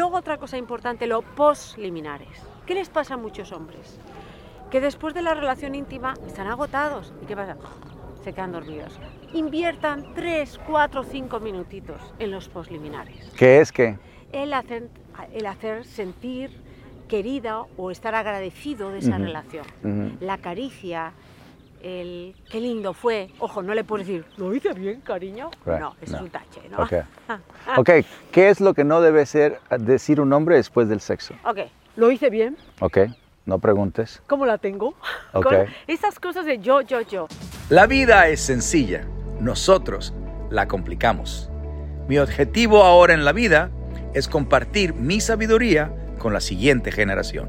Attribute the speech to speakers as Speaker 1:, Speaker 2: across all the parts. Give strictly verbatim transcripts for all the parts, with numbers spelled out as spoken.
Speaker 1: luego otra cosa importante, lo postliminares. ¿Qué les pasa a muchos hombres? Que después de la relación íntima están agotados. ¿Y qué pasa? Se quedan dormidos. Inviertan tres, cuatro, cinco minutitos en los postliminares.
Speaker 2: ¿Qué es qué?
Speaker 1: El hacer, el hacer sentir querida o estar agradecido de esa
Speaker 2: Uh-huh.
Speaker 1: relación.
Speaker 2: Uh-huh.
Speaker 1: La caricia, el qué lindo fue. Ojo, no le puedes decir, ¿lo hice bien, cariño?
Speaker 2: Right.
Speaker 1: No, eso
Speaker 2: No.
Speaker 1: es un tache, ¿no?
Speaker 2: Ok. Ok, ¿qué es lo que no debe ser decir un hombre después del sexo?
Speaker 1: Ok, ¿lo hice bien?
Speaker 2: Ok, no preguntes.
Speaker 1: ¿Cómo la tengo?
Speaker 2: Ok.
Speaker 1: Con esas cosas de yo, yo, yo.
Speaker 3: La vida es sencilla, nosotros la complicamos. Mi objetivo ahora en la vida es compartir mi sabiduría con la siguiente generación.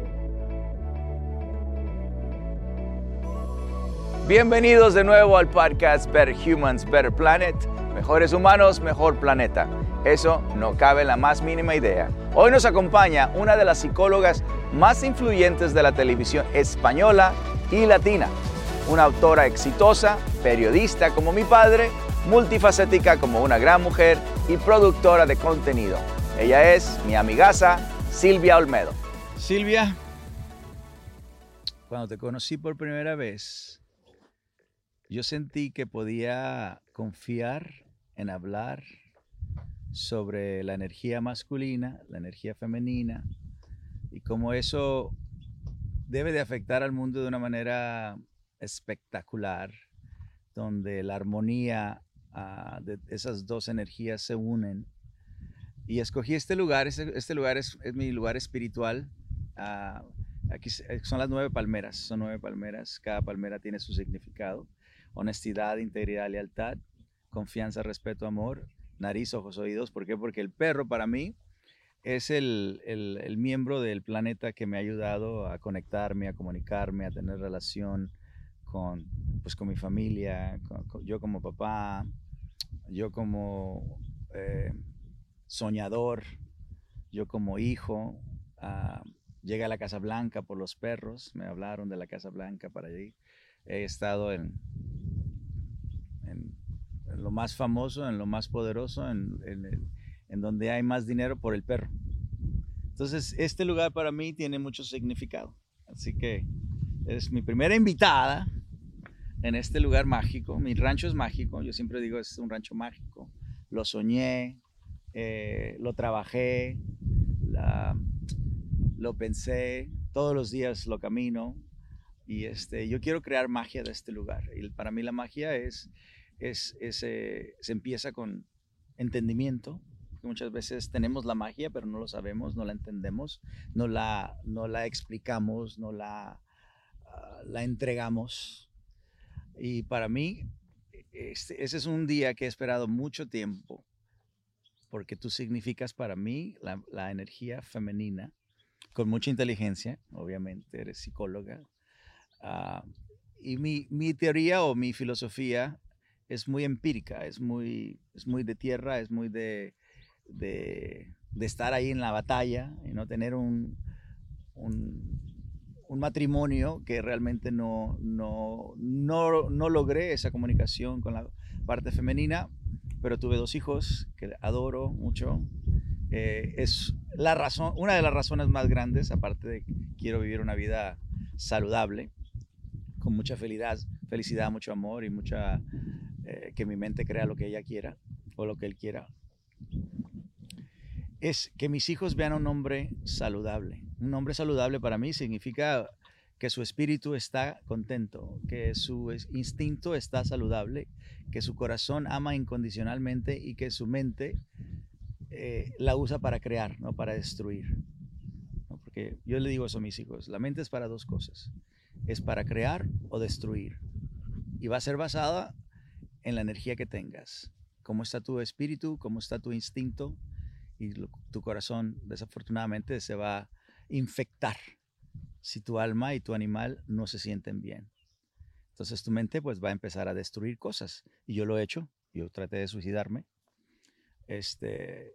Speaker 2: Bienvenidos de nuevo al podcast Better Humans, Better Planet. Mejores humanos, mejor planeta. Eso no cabe en la más mínima idea. Hoy nos acompaña una de las psicólogas más influyentes de la televisión española y latina. Una autora exitosa, periodista como mi padre, multifacética como una gran mujer y productora de contenido. Ella es mi amigaza Silvia Olmedo.
Speaker 3: Silvia, cuando te conocí por primera vez, yo sentí que podía confiar en hablar sobre la energía masculina, la energía femenina y cómo eso debe de afectar al mundo de una manera espectacular, donde la armonía uh, de esas dos energías se unen. Y escogí este lugar, este, este lugar es, es mi lugar espiritual. Uh, aquí son las nueve palmeras, son nueve palmeras, cada palmera tiene su significado. Honestidad, integridad, lealtad, confianza, respeto, amor, nariz, ojos, oídos. ¿Por qué? Porque el perro para mí es el, el, el miembro del planeta que me ha ayudado a conectarme, a comunicarme, a tener relación con, pues, con mi familia, con, con, yo como papá, yo como eh, soñador, yo como hijo. Uh, llegué a la Casa Blanca por los perros, me hablaron de la Casa Blanca para allí. He estado en, en, en lo más famoso, en lo más poderoso, en, en, el, en donde hay más dinero por el perro. Entonces, este lugar para mí tiene mucho significado. Así que eres mi primera invitada en este lugar mágico. Mi rancho es mágico, yo siempre digo es un rancho mágico. Lo soñé, eh, lo trabajé, la, lo pensé, todos los días lo camino. Y este, yo quiero crear magia de este lugar. Y para mí la magia es, es, es eh, se empieza con entendimiento. Muchas veces tenemos la magia, pero no lo sabemos, no la entendemos, no la, no la explicamos, no la, uh, la entregamos. Y para mí, este, ese es un día que he esperado mucho tiempo, porque tú significas para mí la, la energía femenina, con mucha inteligencia, obviamente, eres psicóloga. Uh, y mi, mi teoría o mi filosofía es muy empírica, es muy, es muy de tierra, es muy de, de, de estar ahí en la batalla y no tener un, un, un matrimonio que realmente no, no, no, no logré esa comunicación con la parte femenina, pero tuve dos hijos que adoro mucho. Eh, es la razón, una de las razones más grandes, aparte de que quiero vivir una vida saludable, con mucha felicidad, felicidad, mucho amor y mucha eh, que mi mente crea lo que ella quiera o lo que él quiera, es que mis hijos vean a un hombre saludable. Un hombre saludable para mí significa que su espíritu está contento, que su instinto está saludable, que su corazón ama incondicionalmente y que su mente eh, la usa para crear, no para destruir. ¿No? Porque yo le digo eso a mis hijos, la mente es para dos cosas. Es para crear o destruir. Y va a ser basada en la energía que tengas. Cómo está tu espíritu, cómo está tu instinto. Y lo, tu corazón, desafortunadamente, se va a infectar si tu alma y tu animal no se sienten bien. Entonces tu mente pues va a empezar a destruir cosas. Y yo lo he hecho. Yo traté de suicidarme. Este...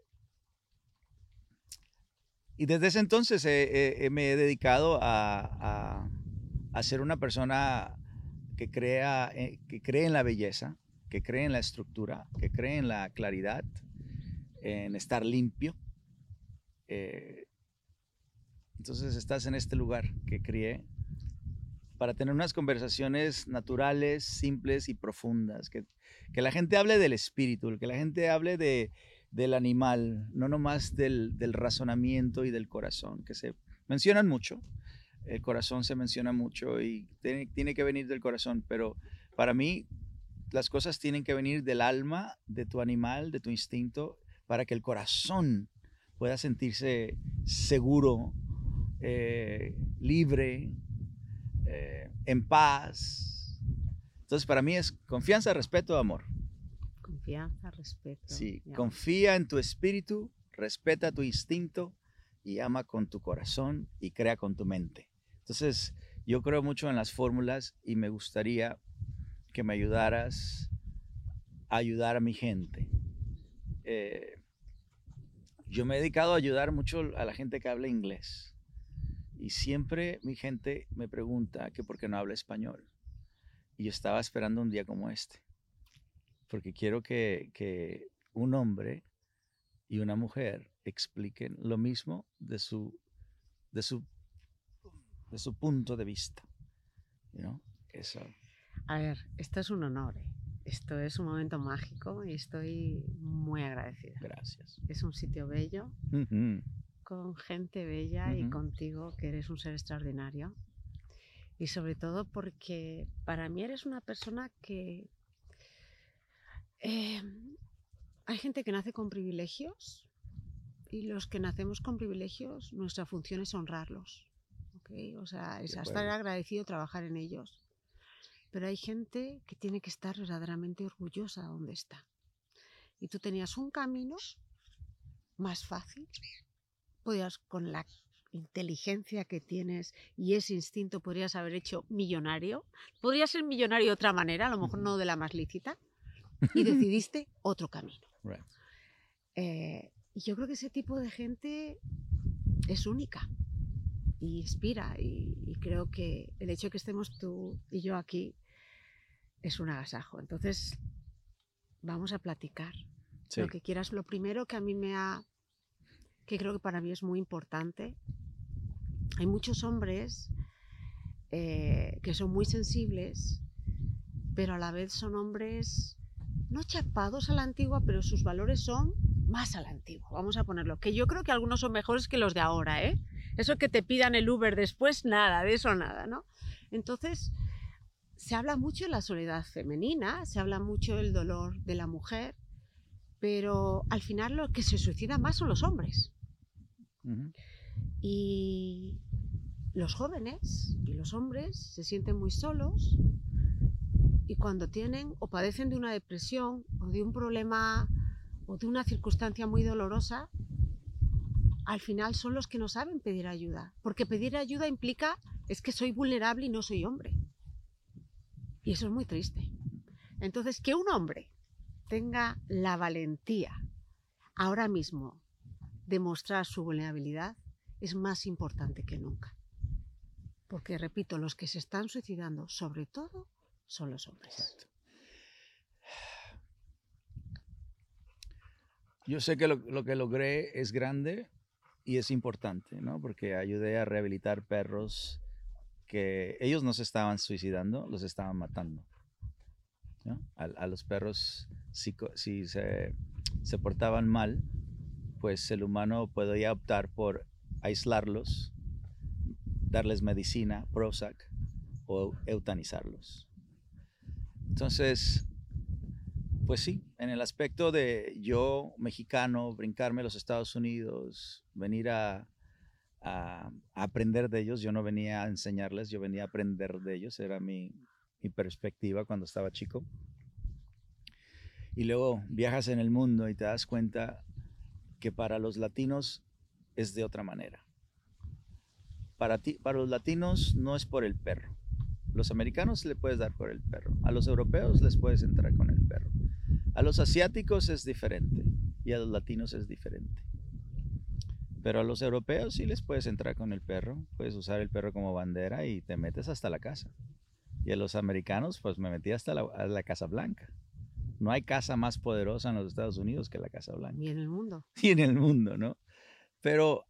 Speaker 3: Y desde ese entonces eh, eh, me he dedicado a... a a ser una persona que, crea, eh, que cree en la belleza, que cree en la estructura, que cree en la claridad, en estar limpio, eh, entonces estás en este lugar que crié para tener unas conversaciones naturales, simples y profundas, que, que la gente hable del espíritu, que la gente hable de, del animal, no nomás del, del razonamiento y del corazón, que se mencionan mucho. El corazón se menciona mucho y tiene, tiene que venir del corazón, pero para mí las cosas tienen que venir del alma, de tu animal, de tu instinto, para que el corazón pueda sentirse seguro, eh, libre, eh, en paz. Entonces para mí es confianza, respeto, amor.
Speaker 1: Confianza, respeto.
Speaker 3: Sí,
Speaker 1: y amor.
Speaker 3: confía en tu espíritu, respeta tu instinto y ama con tu corazón y crea con tu mente. Entonces yo creo mucho en las fórmulas y me gustaría que me ayudaras a ayudar a mi gente. Eh, yo me he dedicado a ayudar mucho a la gente que habla inglés y siempre mi gente me pregunta que por qué no habla español. Y yo estaba esperando un día como este, porque quiero que, que un hombre y una mujer expliquen lo mismo de su, de su, de su punto de vista. You know? Eso.
Speaker 1: A ver, esto es un honor, ¿eh? Esto es un momento mágico y estoy muy agradecida.
Speaker 3: Gracias.
Speaker 1: Es un sitio bello,
Speaker 3: Uh-huh.
Speaker 1: con gente bella
Speaker 3: Uh-huh.
Speaker 1: y contigo, que eres un ser extraordinario. Y sobre todo porque para mí eres una persona que... Eh, hay gente que nace con privilegios y los que nacemos con privilegios, nuestra función es honrarlos. ¿Okay? O sea, es
Speaker 3: De
Speaker 1: estar
Speaker 3: acuerdo.
Speaker 1: agradecido, trabajar en ellos. Pero hay gente que tiene que estar verdaderamente orgullosa de donde está. Y tú tenías un camino más fácil, podías con la inteligencia que tienes y ese instinto podrías haber hecho millonario. Podrías ser millonario de otra manera, a lo mejor no de la más lícita, y decidiste otro camino.
Speaker 3: Right.
Speaker 1: Eh, y yo creo que ese tipo de gente es única y inspira, y, y creo que el hecho de que estemos tú y yo aquí es un agasajo. Entonces vamos a platicar
Speaker 3: Sí.
Speaker 1: lo que quieras. Lo primero que a mí me ha, que creo que para mí es muy importante, hay muchos hombres eh, que son muy sensibles, pero a la vez son hombres no chapados a la antigua, pero sus valores son más a la antigua, vamos a ponerlo, que yo creo que algunos son mejores que los de ahora, ¿eh? Eso que te pidan el Uber después, nada, de eso nada, ¿no? Entonces, se habla mucho de la soledad femenina, se habla mucho del dolor de la mujer, pero al final lo que se suicida más son los hombres.
Speaker 3: Uh-huh.
Speaker 1: Y los jóvenes y los hombres se sienten muy solos, y cuando tienen o padecen de una depresión o de un problema o de una circunstancia muy dolorosa, al final son los que no saben pedir ayuda, porque pedir ayuda implica es que soy vulnerable y no soy hombre, y eso es muy triste. Entonces, que un hombre tenga la valentía ahora mismo de mostrar su vulnerabilidad es más importante que nunca, porque repito, los que se están suicidando sobre todo son los hombres.
Speaker 3: Exacto. Yo sé que lo, lo que logré es grande y es importante, ¿no? Porque ayudé a rehabilitar perros que ellos no se estaban suicidando, los estaban matando, ¿no? A, a los perros, si, co- si se, se portaban mal, pues el humano podía optar por aislarlos, darles medicina, Prozac, o eutanizarlos. Entonces, pues sí, en el aspecto de yo, mexicano, brincarme a los Estados Unidos, venir a, a, a aprender de ellos, yo no venía a enseñarles, yo venía a aprender de ellos, era mi, mi perspectiva cuando estaba chico. Y luego viajas en el mundo y te das cuenta que para los latinos es de otra manera. Para, ti, para los latinos no es por el perro. Los americanos le puedes dar por el perro. A los europeos les puedes entrar con el perro. A los asiáticos es diferente y a los latinos es diferente. Pero a los europeos sí les puedes entrar con el perro. Puedes usar el perro como bandera y te metes hasta la casa. Y a los americanos pues me metí hasta la, a la Casa Blanca. No hay casa más poderosa en los Estados Unidos que la Casa Blanca.
Speaker 1: Y en el mundo.
Speaker 3: Y en el mundo, ¿no? Pero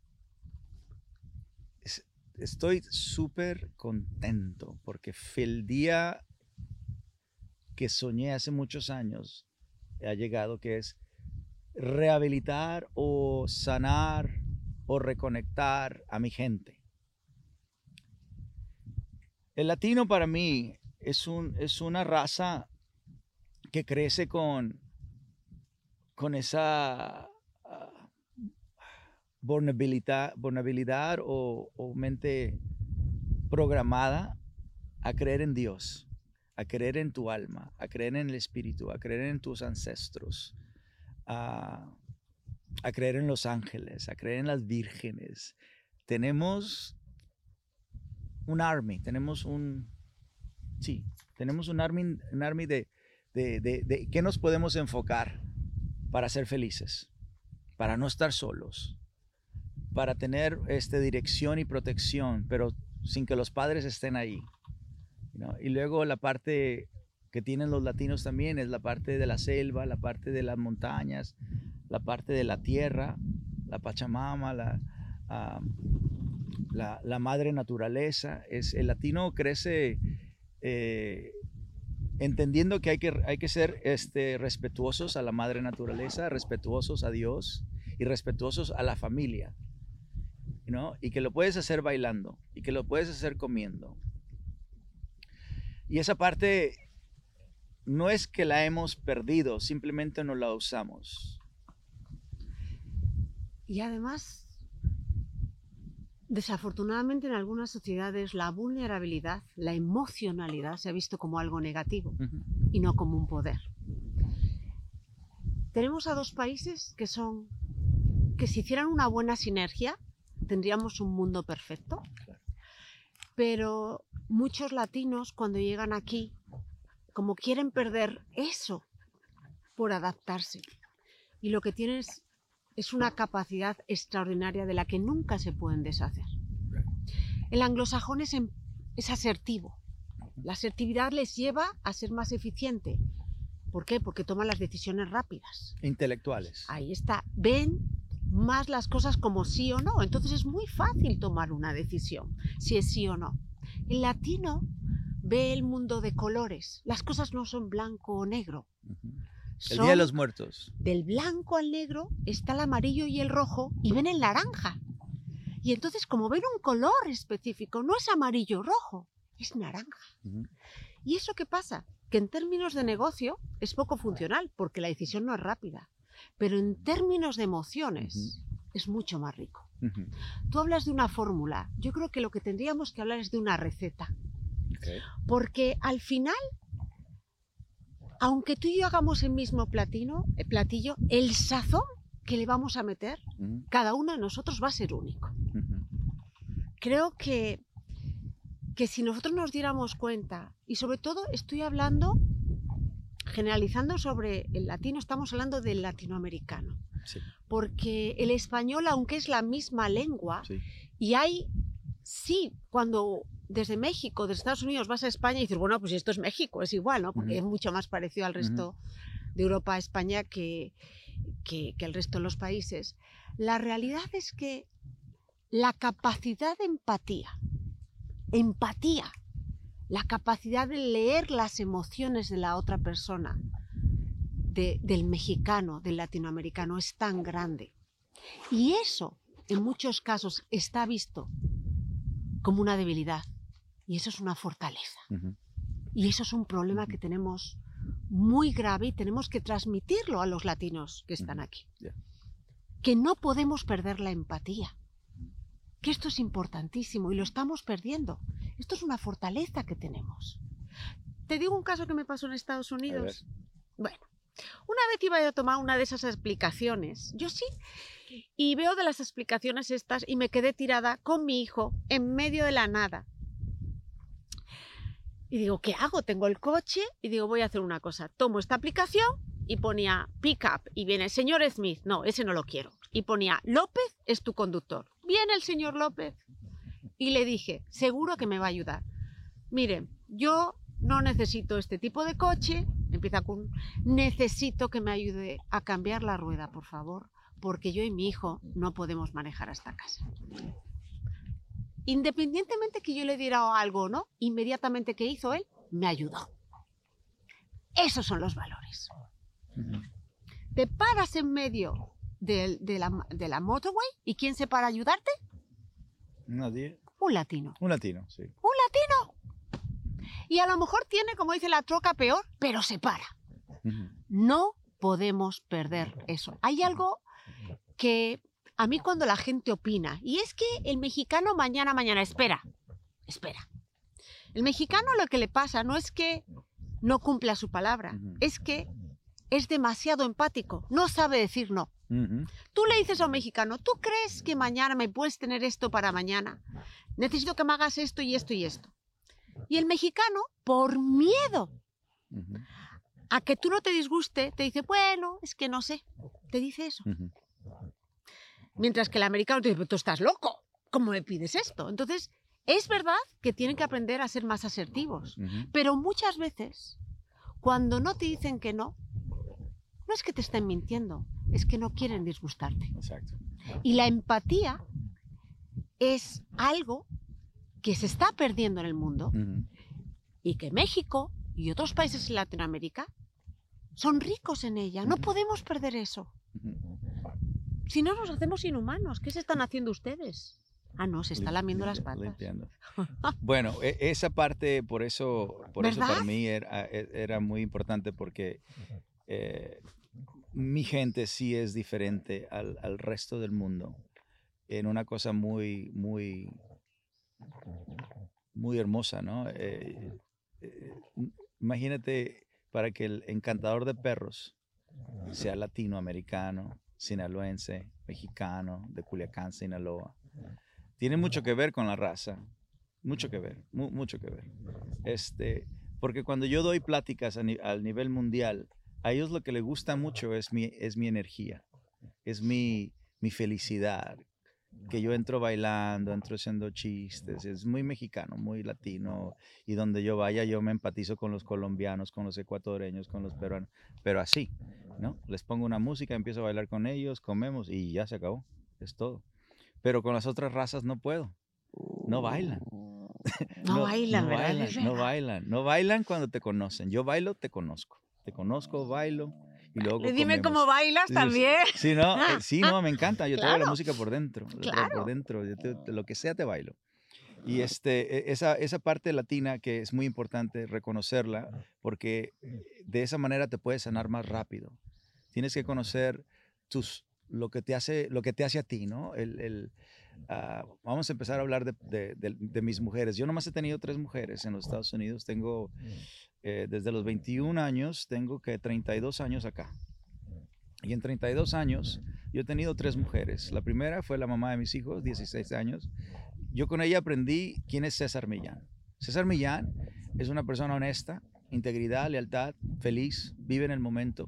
Speaker 3: es- estoy súper contento porque fue el día que soñé hace muchos años ha llegado, que es rehabilitar o sanar o reconectar a mi gente. El latino para mí es, un, es una raza que crece con, con esa ah, vulnerabilidad, vulnerabilidad o, o mente programada a creer en Dios, a creer en tu alma, a creer en el Espíritu, a creer en tus ancestros, a, a creer en los ángeles, a creer en las vírgenes. Tenemos un army, tenemos un, sí, tenemos un army, un army de, de, de, de qué nos podemos enfocar para ser felices, para no estar solos, para tener este, dirección y protección, pero sin que los padres estén ahí, ¿no? Y luego la parte que tienen los latinos también es la parte de la selva, la parte de las montañas, la parte de la tierra, la Pachamama, la, uh, la, la madre naturaleza. Es, el latino crece eh, entendiendo que hay que, hay que ser este, respetuosos a la madre naturaleza, respetuosos a Dios y respetuosos a la familia, ¿no? Y que lo puedes hacer bailando y que lo puedes hacer comiendo. Y esa parte no es que la hemos perdido, simplemente no la usamos.
Speaker 1: Y además, desafortunadamente en algunas sociedades la vulnerabilidad, la emocionalidad se ha visto como algo negativo uh-huh. y no como un poder. Tenemos a dos países que son, que si hicieran una buena sinergia, tendríamos un mundo perfecto. Claro. Pero muchos latinos cuando llegan aquí, como quieren perder eso por adaptarse. Y lo que tienen es, es una capacidad extraordinaria de la que nunca se pueden deshacer. El anglosajón es, en, es asertivo. La asertividad les lleva a ser más eficiente. ¿Por qué? Porque toman las decisiones rápidas.
Speaker 3: Intelectuales.
Speaker 1: Ahí está. Ven más las cosas como sí o no. Entonces es muy fácil tomar una decisión, si es sí o no. El latino ve el mundo de colores. Las cosas no son blanco o negro.
Speaker 3: Uh-huh. El Día de los Muertos.
Speaker 1: Del blanco al negro está el amarillo y el rojo y ven el naranja. Y entonces, como ven un color específico, no es amarillo o rojo, es naranja. Uh-huh. ¿Y eso qué pasa? Que en términos de negocio es poco funcional porque la decisión no es rápida. Pero en términos de emociones uh-huh. es mucho más rico. Uh-huh. Tú hablas de una fórmula. Yo creo que lo que tendríamos que hablar es de una receta. Okay. Porque al final, aunque tú y yo hagamos el mismo platino, el platillo, el sazón que le vamos a meter, uh-huh. cada uno de nosotros va a ser único. Uh-huh. Creo que, que si nosotros nos diéramos cuenta, y sobre todo estoy hablando, generalizando sobre el latino, estamos hablando del latinoamericano. Sí. Porque el español, aunque es la misma lengua, sí. y hay, sí, cuando desde México, desde Estados Unidos vas a España y dices, bueno, pues esto es México, es igual, ¿no? Porque uh-huh. es mucho más parecido al resto uh-huh. de Europa a España que, que, que el resto de los países. La realidad es que la capacidad de empatía, empatía, la capacidad de leer las emociones de la otra persona, de, del mexicano, del latinoamericano, es tan grande. Y eso, en muchos casos, está visto como una debilidad. Y eso es una fortaleza. Uh-huh. Y eso es un problema uh-huh. que tenemos muy grave y tenemos que transmitirlo a los latinos que están uh-huh. aquí. Yeah. Que no podemos perder la empatía. Que esto es importantísimo y lo estamos perdiendo. Esto es una fortaleza que tenemos. Te digo un caso que me pasó en Estados Unidos. Bueno, una vez iba a tomar una de esas explicaciones. Yo sí. Y veo de las explicaciones estas y me quedé tirada con mi hijo en medio de la nada. Y digo, ¿qué hago? Tengo el coche y digo, voy a hacer una cosa. Tomo esta aplicación y ponía pick up y viene el señor Smith. No, ese no lo quiero. Y ponía, López es tu conductor. Viene el señor López. Y le dije, seguro que me va a ayudar. Miren, yo no necesito este tipo de coche. Empieza con, necesito que me ayude a cambiar la rueda, por favor. porque yo y mi hijo no podemos manejar a esta casa. Independientemente que yo le diera algo o no, inmediatamente que hizo él, me ayudó. Esos son los valores.
Speaker 3: Ujú.
Speaker 1: Te paras en medio de, de, la, de la motorway y ¿quién se para a ayudarte?
Speaker 3: Nadie.
Speaker 1: Un latino.
Speaker 3: Un latino, sí.
Speaker 1: Un latino. Y a lo mejor tiene, como dice la troca, peor, pero se para.
Speaker 3: Ujú.
Speaker 1: No podemos perder eso. Hay algo que a mí cuando la gente opina, y es que el mexicano mañana, mañana, espera, espera. El mexicano lo que le pasa no es que no cumpla su palabra,
Speaker 3: Ujú.
Speaker 1: es que es demasiado empático, no sabe decir no.
Speaker 3: Ujú.
Speaker 1: Tú le dices a un mexicano, ¿tú crees que mañana me puedes tener esto para mañana? Necesito que me hagas esto y esto y esto. Y el mexicano, por miedo
Speaker 3: Ujú.
Speaker 1: a que tú no te disguste, te dice, bueno, es que no sé. Te dice eso.
Speaker 3: Ujú.
Speaker 1: Mientras que el americano te dice, tú estás loco, ¿cómo me pides esto? Entonces, es verdad que tienen que aprender a ser más asertivos.
Speaker 3: Ujú.
Speaker 1: Pero muchas veces, cuando no te dicen que no, no es que te estén mintiendo, es que no quieren disgustarte.
Speaker 3: Exacto.
Speaker 1: Y la empatía es algo que se está perdiendo en el mundo
Speaker 3: Ujú.
Speaker 1: y que México y otros países en Latinoamérica son ricos en ella. No
Speaker 3: Ujú.
Speaker 1: podemos perder eso.
Speaker 3: Ujú.
Speaker 1: Si no, nos hacemos inhumanos. ¿Qué se están haciendo ustedes? Ah, no, se está
Speaker 3: Lim-
Speaker 1: lamiendo las
Speaker 3: limpia-
Speaker 1: patas.
Speaker 3: limpiando. Bueno, e- esa parte, por eso, por eso para
Speaker 1: ¿Verdad?
Speaker 3: mí era, e- era muy importante porque eh, mi gente sí es diferente al, al resto del mundo en una cosa muy, muy, muy hermosa, ¿no? Eh, eh, imagínate para que el encantador de perros sea latinoamericano, sinaloense, mexicano, de Culiacán, Sinaloa. Tiene mucho que ver con la raza, mucho que ver, mu- mucho que ver. Este, porque cuando yo doy pláticas a ni- al nivel mundial, a ellos lo que les gusta mucho es mi, es mi energía, es mi, mi felicidad, que yo entro bailando, entro haciendo chistes, es muy mexicano, muy latino, y donde yo vaya yo me empatizo con los colombianos, con los ecuatorianos, con los peruanos, pero así, ¿no? Les pongo una música, empiezo a bailar con ellos, comemos y ya se acabó, es todo. Pero con las otras razas no puedo, no bailan.
Speaker 1: No, bailan,
Speaker 3: no
Speaker 1: ¿verdad?
Speaker 3: bailan,
Speaker 1: Es
Speaker 3: no
Speaker 1: verdad.
Speaker 3: bailan, no bailan cuando te conocen. Yo bailo, te conozco, te conozco, bailo y luego
Speaker 1: Dime
Speaker 3: comemos.
Speaker 1: cómo bailas
Speaker 3: Sí, sí,
Speaker 1: también.
Speaker 3: sí, no, eh, sí, no, me encanta. Yo traigo la
Speaker 1: Claro.
Speaker 3: música por dentro, la traigo
Speaker 1: Claro.
Speaker 3: por dentro, yo te- te- lo que sea te bailo. Y este, e- esa, esa parte latina que es muy importante reconocerla, porque de esa manera te puedes sanar más rápido. Tienes que conocer tus, lo que te hace, lo que te hace a ti, ¿no? El, el, ah, vamos a empezar a hablar de, de- de- de mis mujeres. Yo nomás he tenido tres mujeres en los Estados Unidos. Tengo, eh, desde los veintiún años, tengo que treinta y dos años acá. Y en treinta y dos años yo he tenido tres mujeres. La primera fue la mamá de mis hijos, dieciséis años. Yo con ella aprendí quién es César Millán. César Millán es una persona honesta, integridad, lealtad, feliz, vive en el momento.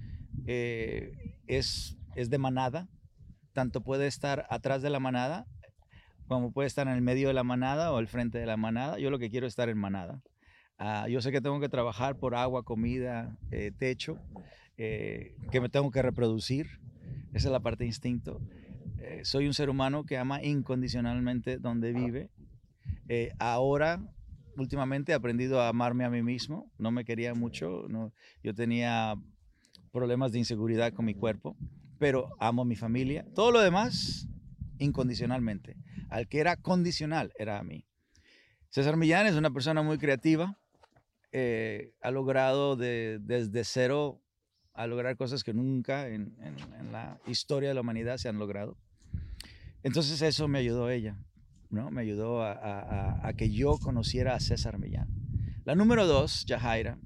Speaker 3: Eh, es, es de manada, tanto puede estar atrás de la manada como puede estar en el medio de la manada o al frente de la manada. Yo lo que quiero es estar en manada. Ah, yo sé que tengo que trabajar por agua, comida, eh, techo, eh, que me tengo que reproducir. Esa es la parte de instinto. Eh, soy un ser humano que ama incondicionalmente donde vive. Eh, ahora, últimamente, he aprendido a amarme a mí mismo. No me quería mucho. No, yo tenía problemas de inseguridad con mi cuerpo, pero amo a mi familia. Todo lo demás, incondicionalmente. Al que era condicional, era a mí. César Millán es una persona muy creativa. Eh, ha logrado de, desde cero a lograr cosas que nunca en, en, en la historia de la humanidad se han logrado. Entonces eso me ayudó a ella, ¿no? Me ayudó a, a, a que yo conociera a César Millán. La número dos, Yajaira,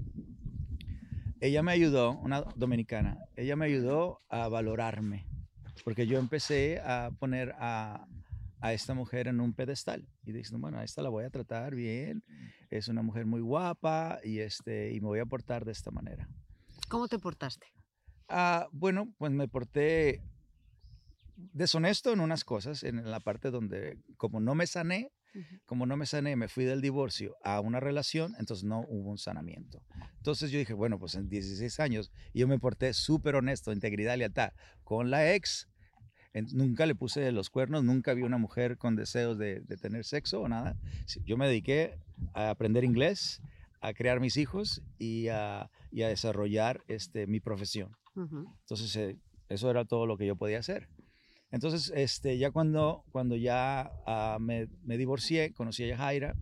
Speaker 3: ella me ayudó, una dominicana, ella me ayudó a valorarme, porque yo empecé a poner a, a esta mujer en un pedestal y dije, bueno, a esta la voy a tratar bien, es una mujer muy guapa y, este, y me voy a portar de esta manera.
Speaker 1: ¿Cómo te portaste?
Speaker 3: Ah, bueno, pues me porté deshonesto en unas cosas, en la parte donde como no me sané,
Speaker 1: Ujú.
Speaker 3: Como no me sané, me fui del divorcio a una relación, entonces no hubo un sanamiento. Entonces yo dije, bueno, pues en dieciséis años yo me porté súper honesto, integridad, lealtad con la ex. En- nunca le puse los cuernos, nunca vi una mujer con deseos de, de tener sexo o nada. Sí, yo me dediqué a aprender inglés, a crear mis hijos y a, y a desarrollar este, mi profesión.
Speaker 1: Ujú.
Speaker 3: Entonces, eh, eso era todo lo que yo podía hacer. Entonces, este, ya cuando, cuando ya ah, me, me divorcié, conocí a Yajaira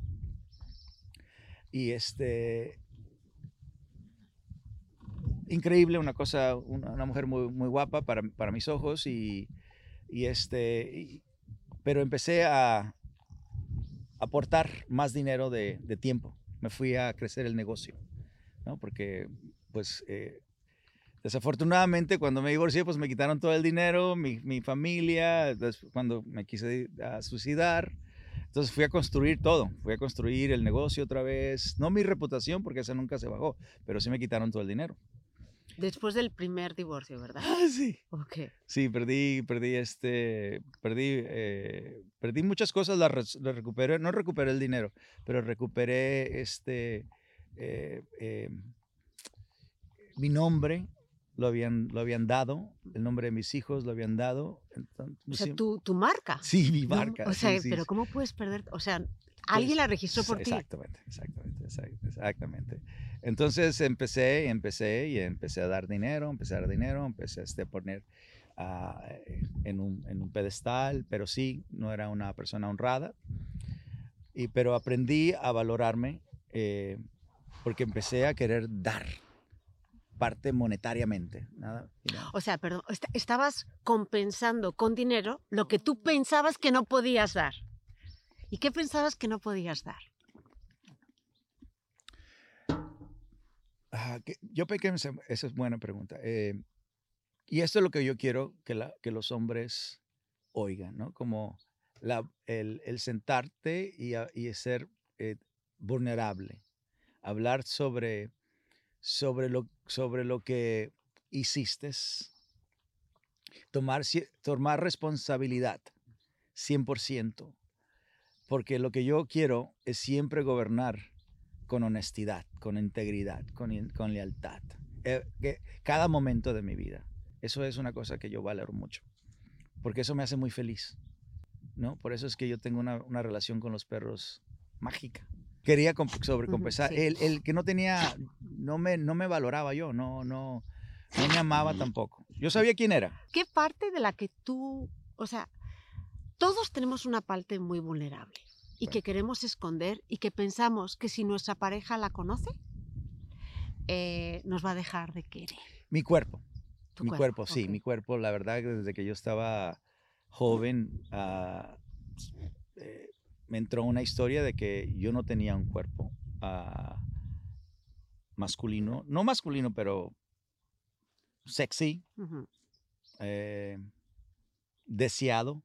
Speaker 3: y este, increíble, una cosa, una, una mujer muy, muy guapa para, para mis ojos y, y este, y- pero empecé a aportar más dinero de, de tiempo. Me fui a crecer el negocio, ¿no? Porque, pues, eh, desafortunadamente, cuando me divorcié, pues me quitaron todo el dinero, mi, mi familia, des- cuando me quise a suicidar. Entonces fui a construir todo, fui a construir el negocio otra vez, no mi reputación, porque esa nunca se bajó, pero sí me quitaron todo el dinero.
Speaker 1: Después del primer divorcio, ¿verdad?
Speaker 3: Ah, sí.
Speaker 1: Ok.
Speaker 3: Sí, perdí, perdí este, perdí, eh, perdí muchas cosas, las, res- las recuperé, no recuperé el dinero, pero recuperé este, eh, eh, mi nombre, lo habían, lo habían dado, el nombre de mis hijos lo habían dado. Entonces,
Speaker 1: O sea,
Speaker 3: sí,
Speaker 1: tu, tu marca.
Speaker 3: sí, mi
Speaker 1: No,
Speaker 3: marca,
Speaker 1: o sea,
Speaker 3: sí, sí.
Speaker 1: pero
Speaker 3: sí.
Speaker 1: ¿cómo puedes perder? O sea,
Speaker 3: Pues,
Speaker 1: alguien la registró por ti.
Speaker 3: exactamente, exactamente, exact- exactamente. Entonces empecé, empecé y empecé a dar dinero, empecé a dar dinero, empecé a este, poner ah, eh, en, un, en un pedestal, pero sí, no era una persona honrada. Y, pero aprendí a valorarme eh, porque empecé a querer dar parte monetariamente. Nada, you know.
Speaker 1: O sea, perdón, est- estabas compensando con dinero lo que tú pensabas que no podías dar. ¿Y qué pensabas que no podías dar?
Speaker 3: Ah, que- yo pequé, esa esa es buena pregunta. Eh, y esto es lo que yo quiero que, la, que los hombres oigan, ¿no? Como la, el, el sentarte y, a- y ser eh, vulnerable, hablar sobre, sobre, lo, sobre lo que hiciste, tomar, cie- tomar responsabilidad, cien por ciento, porque lo que yo quiero es siempre gobernar con honestidad, con integridad, con, in- con lealtad, eh, que cada momento de mi vida. Eso es una cosa que yo valoro mucho, porque eso me hace muy feliz, ¿no? Por eso es que yo tengo una, una relación con los perros mágica. Quería comp- sobrecompensar.
Speaker 1: sí.
Speaker 3: El, el que no tenía, no me, no me valoraba yo, no, no, no me amaba tampoco. Yo sabía quién era.
Speaker 1: ¿Qué parte de la que tú, o sea, todos tenemos una parte muy vulnerable y que queremos esconder y que pensamos que si nuestra pareja la conoce, eh, nos va a dejar de querer?
Speaker 3: Mi cuerpo.
Speaker 1: Tu
Speaker 3: Mi cuerpo, sí,
Speaker 1: ok.
Speaker 3: mi cuerpo, la verdad, que desde que yo estaba joven, ah, eh, me entró una historia de que yo no tenía un cuerpo ah, masculino, no masculino, pero sexy,
Speaker 1: Ujú.
Speaker 3: eh, deseado,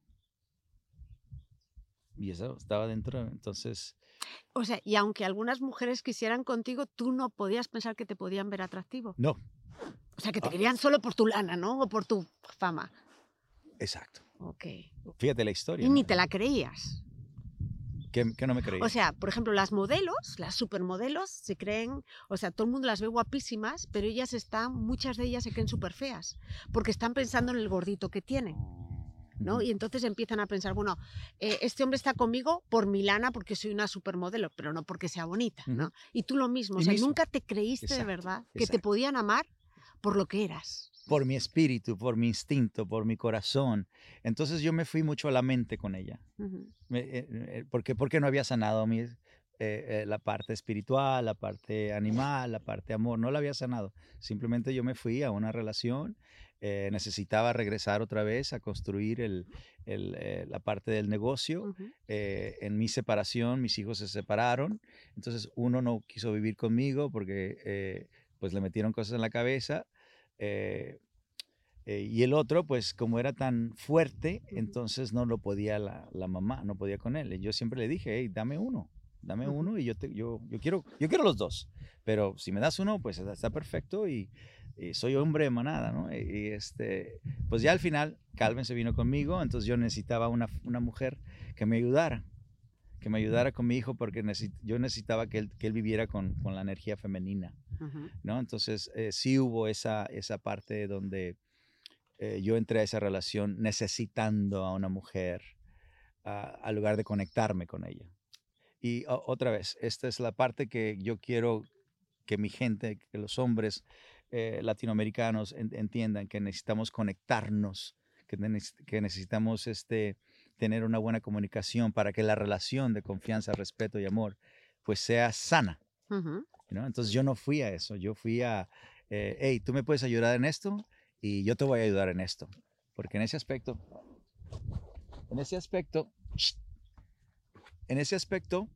Speaker 3: y eso estaba dentro, entonces,
Speaker 1: O sea, y aunque algunas mujeres quisieran contigo, tú no podías pensar que te podían ver atractivo.
Speaker 3: no,
Speaker 1: O sea, que te
Speaker 3: Ah.
Speaker 1: querían solo por tu lana, ¿no? O por tu fama.
Speaker 3: exacto.
Speaker 1: Ok.
Speaker 3: Fíjate la historia,
Speaker 1: Y ni
Speaker 3: ¿no?
Speaker 1: te la creías.
Speaker 3: Que, que no me creía.
Speaker 1: O sea, por ejemplo, las modelos, las supermodelos, se creen, o sea, todo el mundo las ve guapísimas, pero ellas están, muchas de ellas se creen súper feas, porque están pensando en el gordito que tienen, ¿no?
Speaker 3: Ujú.
Speaker 1: Y entonces empiezan a pensar, bueno, eh, este hombre está conmigo por mi lana, porque soy una supermodelo, pero no porque sea bonita, ¿no?
Speaker 3: Ujú.
Speaker 1: Y tú lo mismo, o
Speaker 3: Y
Speaker 1: sea,
Speaker 3: mismo.
Speaker 1: nunca te creíste de
Speaker 3: Exacto,
Speaker 1: verdad que te
Speaker 3: exacto.
Speaker 1: podían amar por lo que eras.
Speaker 3: Por mi espíritu, por mi instinto, por mi corazón. Entonces yo me fui mucho a la mente con ella.
Speaker 1: Ujú.
Speaker 3: Me- eh, eh, porque, porque no había sanado mi, eh, eh, la parte espiritual, la parte animal, la parte amor, no la había sanado. Simplemente yo me fui a una relación, eh, necesitaba regresar otra vez a construir el, el, eh, la parte del negocio.
Speaker 1: Ujú.
Speaker 3: Eh, en mi separación, mis hijos se separaron, entonces uno no quiso vivir conmigo porque eh, pues le metieron cosas en la cabeza. eh, eh, y el otro, pues como era tan fuerte,
Speaker 1: Ujú.
Speaker 3: entonces no lo podía la, la mamá, no podía con él. Y yo siempre le dije, hey, dame uno, dame
Speaker 1: Ujú.
Speaker 3: uno y yo, te, yo, yo, quiero, yo quiero los dos. Pero si me das uno, pues está, está perfecto y, y soy hombre de manada, ¿no? Y, y, este, pues ya al final, Calvin se vino conmigo, entonces yo necesitaba una, una mujer que me ayudara. que me ayudara con mi hijo porque necesi yo necesitaba que él, que él viviera con, con la energía femenina,
Speaker 1: Ujú.
Speaker 3: ¿no? Entonces eh, sí hubo esa, esa parte donde eh, yo entré a esa relación necesitando a una mujer uh, al lugar de conectarme con ella. Y o, otra vez, esta es la parte que yo quiero que mi gente, que los hombres eh, latinoamericanos en, entiendan que necesitamos conectarnos, que, ne que necesitamos este, tener una buena comunicación para que la relación de confianza, respeto y amor pues sea sana.
Speaker 1: Ujú.
Speaker 3: ¿No? Entonces yo no fui a eso, yo fui a, eh, hey, tú me puedes ayudar en esto y yo te voy a ayudar en esto. Porque en ese aspecto, en ese aspecto, en ese aspecto,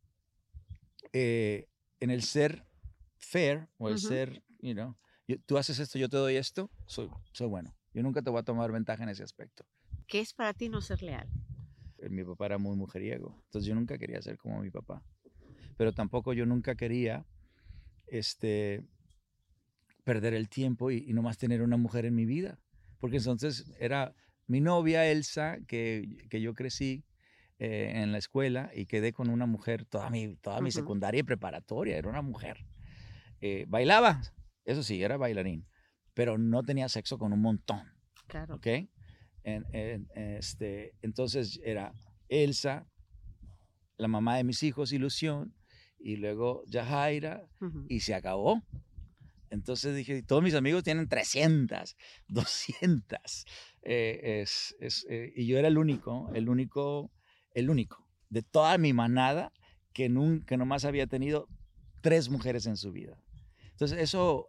Speaker 3: eh, en el ser fair o el
Speaker 1: Ujú.
Speaker 3: ser, you know, yo, tú haces esto, yo te doy esto, soy, soy bueno. Yo nunca te voy a tomar ventaja en ese aspecto.
Speaker 1: ¿Qué es para ti no ser leal?
Speaker 3: Eh, Mi papá era muy mujeriego, entonces yo nunca quería ser como mi papá. Pero tampoco yo nunca quería este, perder el tiempo y, y nomás tener una mujer en mi vida. Porque entonces era mi novia Elsa, que, que yo crecí eh, en la escuela y quedé con una mujer toda mi, toda mi
Speaker 1: Ujú.
Speaker 3: secundaria y preparatoria, era una mujer. Eh, bailaba, eso sí, era bailarín, pero no tenía sexo con un montón,
Speaker 1: Claro.
Speaker 3: ¿ok? En, en, este, entonces era Elsa, la mamá de mis hijos, Ilusión, y luego Yajaira,
Speaker 1: Ujú.
Speaker 3: y se acabó. Entonces dije, todos mis amigos tienen trescientas, doscientas, eh, es, es, eh, y yo era el único, el único, el único de toda mi manada que, nunca, que nomás había tenido tres mujeres en su vida. Entonces eso,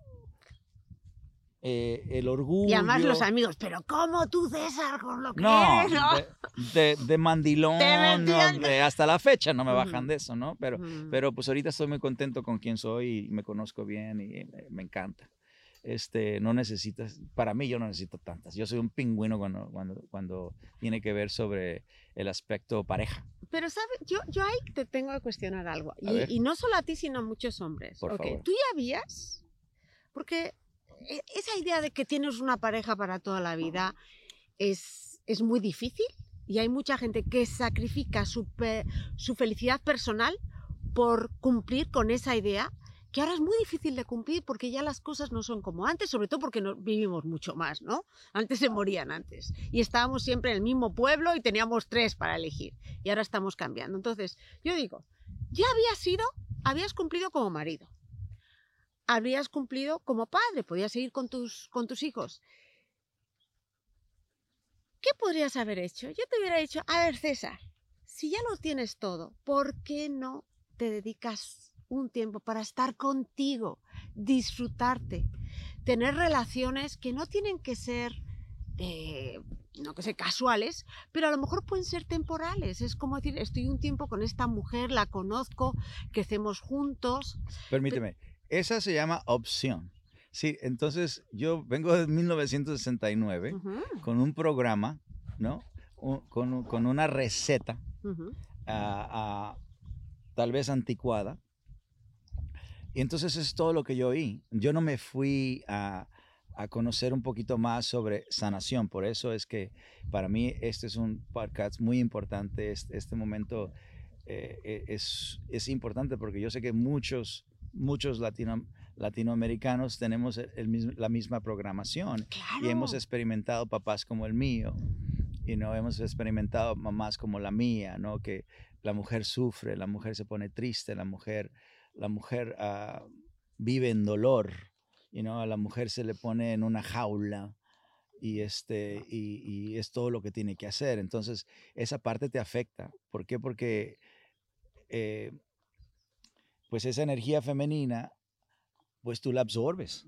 Speaker 3: eh, el orgullo...
Speaker 1: Y además los amigos, pero ¿cómo tú, César, con lo que
Speaker 3: No,
Speaker 1: eres? ¿No?
Speaker 3: de, de, de mandilón,
Speaker 1: Te
Speaker 3: no,
Speaker 1: metían-
Speaker 3: de- hasta la fecha no me bajan
Speaker 1: Ujú.
Speaker 3: de eso, ¿no? Pero,
Speaker 1: Ujú.
Speaker 3: pero pues ahorita estoy muy contento con quien soy y me conozco bien y me, me encanta. Este, no necesitas, para mí yo no necesito tantas. Yo soy un pingüino cuando, cuando, cuando tiene que ver sobre el aspecto pareja.
Speaker 1: Pero, ¿sabes? Yo, yo ahí te tengo que cuestionar algo.
Speaker 3: A ver.
Speaker 1: Y, y no solo a ti, sino a muchos hombres.
Speaker 3: Por
Speaker 1: Ok,
Speaker 3: favor.
Speaker 1: ¿tú ya habías? Porque e- esa idea de que tienes una pareja para toda la vida es, es muy difícil. Y hay mucha gente que sacrifica su, pe- su felicidad personal por cumplir con esa idea, que ahora es muy difícil de cumplir porque ya las cosas no son como antes, sobre todo porque no, vivimos mucho más, ¿no? Antes se morían antes y estábamos siempre en el mismo pueblo y teníamos tres para elegir y ahora estamos cambiando. Entonces, yo digo, ya habías sido, habías cumplido como marido, habrías cumplido como padre, podías seguir con tus, con tus hijos. ¿Qué podrías haber hecho? Yo te hubiera dicho, a ver, César, si ya lo tienes todo, ¿por qué no te dedicas un tiempo para estar contigo, disfrutarte, tener relaciones que no tienen que ser, eh, no que sé, casuales, pero a lo mejor pueden ser temporales? Es como decir, estoy un tiempo con esta mujer, la conozco, crecemos juntos.
Speaker 3: Permíteme, esa se llama opción. Sí, entonces yo vengo de mil novecientos sesenta y nueve
Speaker 1: Uh-huh,
Speaker 3: con un programa, ¿no? Un- con, un- con una receta
Speaker 1: uh-huh.
Speaker 3: ah, ah, tal vez anticuada. Y entonces es todo lo que yo oí. Yo no me fui a, a conocer un poquito más sobre sanación. Por eso es que para mí este es un podcast muy importante. Este, este momento eh, eh, es, es importante porque yo sé que muchos, muchos latino, latinoamericanos tenemos el, el mismo, la misma programación.
Speaker 1: Claro.
Speaker 3: Y hemos experimentado papás como el mío. Y no hemos experimentado mamás como la mía, ¿no? Que la mujer sufre, la mujer se pone triste, la mujer, la mujer uh, vive en dolor, you know? A la mujer se le pone en una jaula y, este, y, y es todo lo que tiene que hacer. Entonces, esa parte te afecta. ¿Por qué? Porque eh, pues esa energía femenina, pues tú la absorbes.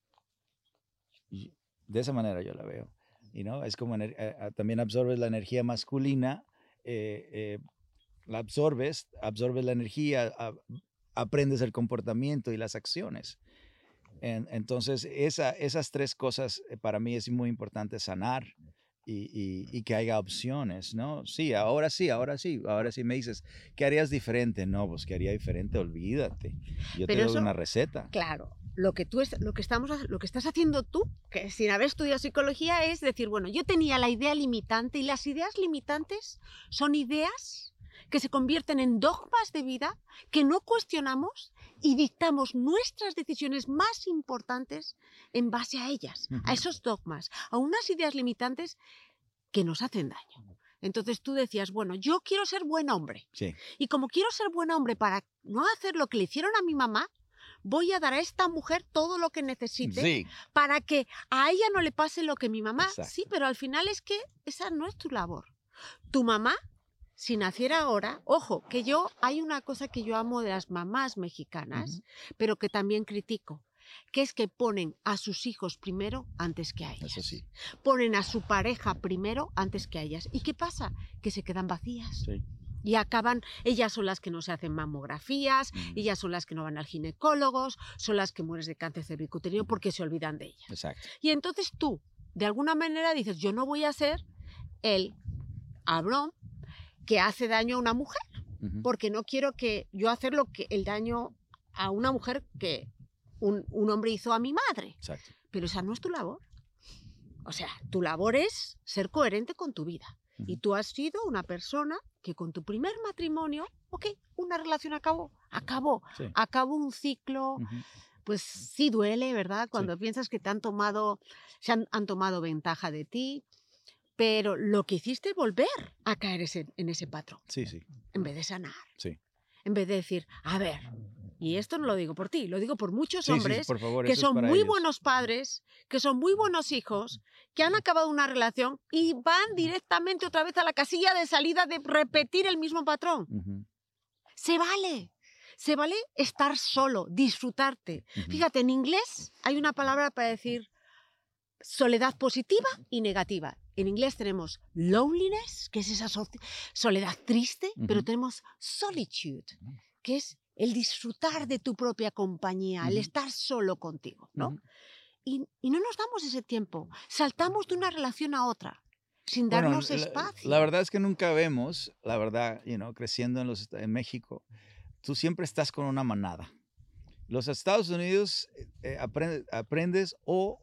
Speaker 3: Y de esa manera yo la veo. You know? Es como eh, también absorbes la energía masculina, eh, eh, la absorbes, absorbes la energía, a, aprendes el comportamiento y las acciones. En, entonces, esa, esas tres cosas eh, para mí es muy importante sanar y, y, y que haya opciones, ¿no? Sí, ahora sí, ahora sí, ahora sí me dices, ¿qué harías diferente? No, pues, ¿qué haría diferente? Olvídate. Yo
Speaker 1: Pero
Speaker 3: te doy
Speaker 1: eso,
Speaker 3: una receta.
Speaker 1: Claro. Lo que, tú es, lo, que estamos, lo que estás haciendo tú, que sin haber estudiado psicología, es decir, bueno, yo tenía la idea limitante y las ideas limitantes son ideas que se convierten en dogmas de vida que no cuestionamos y dictamos nuestras decisiones más importantes en base a ellas, uh-huh. a esos dogmas, a unas ideas limitantes que nos hacen daño. Entonces tú decías, bueno, yo quiero ser buen hombre.
Speaker 3: Sí.
Speaker 1: Y como quiero ser buen hombre para no hacer lo que le hicieron a mi mamá, voy a dar a esta mujer todo lo que necesite
Speaker 3: Sí.
Speaker 1: para que a ella no le pase lo que mi mamá.
Speaker 3: Exacto.
Speaker 1: Sí, pero al final es que esa no es tu labor. Tu mamá, si naciera ahora, ojo, que yo, hay una cosa que yo amo de las mamás mexicanas, uh-huh. pero que también critico, que es que ponen a sus hijos primero antes que a ellas.
Speaker 3: Eso sí.
Speaker 1: Ponen a su pareja primero antes que a ellas. ¿Y qué pasa? Que se quedan vacías.
Speaker 3: Sí.
Speaker 1: Y acaban, ellas son las que no se hacen mamografías, mm. ellas son las que no van al ginecólogo, son las que mueren de cáncer cervicuterino porque se olvidan de ellas.
Speaker 3: Exacto.
Speaker 1: Y entonces tú, de alguna manera, dices, yo no voy a ser el Abrón que hace daño a una mujer, uh-huh. porque no quiero que yo hacer lo que el daño a una mujer que un, un hombre hizo a mi madre.
Speaker 3: Exacto.
Speaker 1: Pero esa no es tu labor. O sea, tu labor es ser coherente con tu vida. Uh-huh. Y tú has sido una persona que con tu primer matrimonio, ok, una relación acabó, acabó, sí. acabó un ciclo, uh-huh. pues sí duele, ¿verdad? Cuando sí. piensas que te han tomado, se han, han tomado ventaja de ti, pero lo que hiciste es volver a caer ese, en ese patrón.
Speaker 3: Sí, sí.
Speaker 1: En vez de sanar.
Speaker 3: Sí.
Speaker 1: En vez de decir, a ver, y esto no lo digo por ti, lo digo por muchos
Speaker 3: sí,
Speaker 1: hombres
Speaker 3: sí, por favor,
Speaker 1: que son muy
Speaker 3: ellos.
Speaker 1: buenos padres, que son muy buenos hijos, que han acabado una relación y van directamente otra vez a la casilla de salida de repetir el mismo patrón. Uh-huh. Se vale, se vale estar solo, disfrutarte. Uh-huh. Fíjate, en inglés hay una palabra para decir soledad positiva y negativa. En inglés tenemos loneliness, que es esa so- soledad triste, uh-huh. pero tenemos solitude, que es el disfrutar de tu propia compañía, uh-huh. el estar solo contigo, ¿no? Uh-huh. Y, y no nos damos ese tiempo. Saltamos de una relación a otra, sin darnos
Speaker 3: bueno,
Speaker 1: espacio.
Speaker 3: La, la verdad es que nunca vemos, la verdad, you know, creciendo en, los, en México, tú siempre estás con una manada. Los Estados Unidos eh, aprende, aprendes o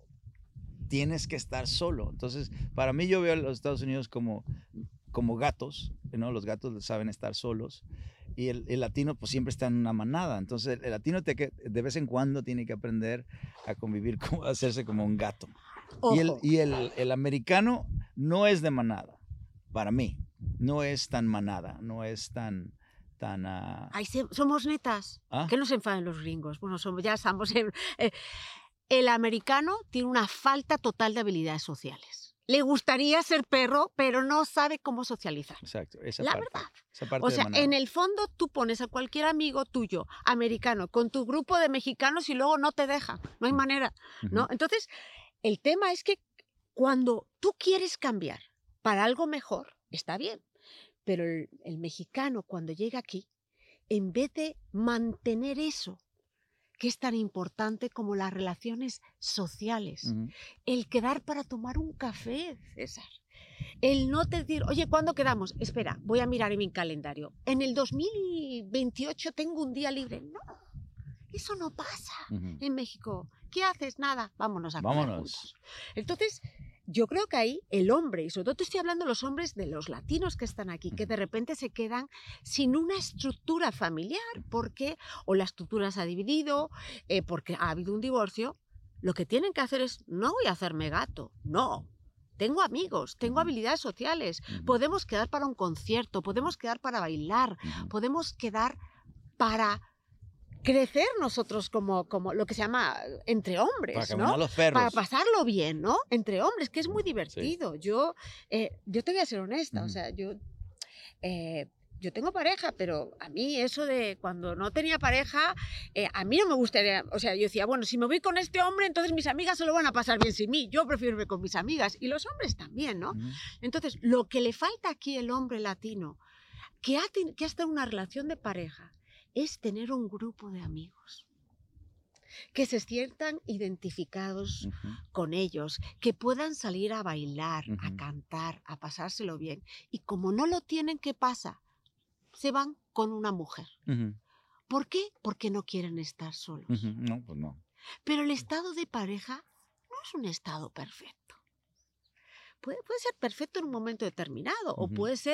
Speaker 3: tienes que estar solo. Entonces, para mí yo veo a los Estados Unidos como, como gatos, ¿no? Los gatos saben estar solos y el, el latino pues siempre está en una manada. Entonces, el, el latino te, de vez en cuando tiene que aprender a convivir, como, a hacerse como un gato. Ojo. Y, el, y el, el americano no es de manada, para mí. No es tan manada, no es tan... tan uh...
Speaker 1: Ay, somos netas.
Speaker 3: ¿Ah?
Speaker 1: Que no se enfaden los gringos. Bueno, somos, ya estamos en... Eh, El americano tiene una falta total de habilidades sociales. Le gustaría ser perro, pero no sabe cómo socializar.
Speaker 3: Exacto, esa
Speaker 1: La
Speaker 3: parte.
Speaker 1: verdad.
Speaker 3: Esa parte
Speaker 1: o sea,
Speaker 3: de
Speaker 1: en el fondo tú pones a cualquier amigo tuyo, americano, con tu grupo de mexicanos y luego no te deja. No hay manera, ¿no? Uh-huh. Entonces, el tema es que cuando tú quieres cambiar para algo mejor, está bien. Pero el, el mexicano, cuando llega aquí, en vez de mantener eso, que es tan importante como las relaciones sociales. Uh-huh. El quedar para tomar un café, César. El no te decir, oye, ¿cuándo quedamos? Espera, voy a mirar en mi calendario. En el dos mil veintiocho tengo un día libre. No, eso no pasa uh-huh. en México. ¿Qué haces? Nada, vámonos a comer juntos. Entonces, yo creo que ahí el hombre, y sobre todo te estoy hablando de los hombres de los latinos que están aquí, que de repente se quedan sin una estructura familiar, porque o la estructura se ha dividido, eh, porque ha habido un divorcio, lo que tienen que hacer es, no voy a hacerme gato, no. Tengo amigos, tengo habilidades sociales, uh-huh. podemos quedar para un concierto, podemos quedar para bailar, uh-huh. podemos quedar para... crecer nosotros como, como lo que se llama entre hombres,
Speaker 3: para caminar
Speaker 1: ¿no?
Speaker 3: los perros.
Speaker 1: Para pasarlo bien, ¿no? Entre hombres, que es muy divertido. Sí. Yo, eh, yo te voy a ser honesta, uh-huh. o sea, yo, eh, yo tengo pareja, pero a mí eso de cuando no tenía pareja, eh, a mí no me gustaría, o sea, yo decía, bueno, si me voy con este hombre, entonces mis amigas se lo van a pasar bien sin mí. Yo prefiero irme con mis amigas y los hombres también, ¿no? Uh-huh. Entonces, lo que le falta aquí al hombre latino, que ha, que ha estado en una relación de pareja, es tener un grupo de amigos que se sientan identificados uh-huh. con ellos, que puedan salir a bailar, uh-huh. a cantar, a pasárselo bien. Y como no lo tienen, ¿qué pasa? Se van con una mujer. Uh-huh. ¿Por qué? Porque no quieren estar solos.
Speaker 3: Uh-huh. No, pues no.
Speaker 1: Pero el estado de pareja no es un estado perfecto. Puede, puede ser perfecto en un momento determinado uh-huh. o puede ser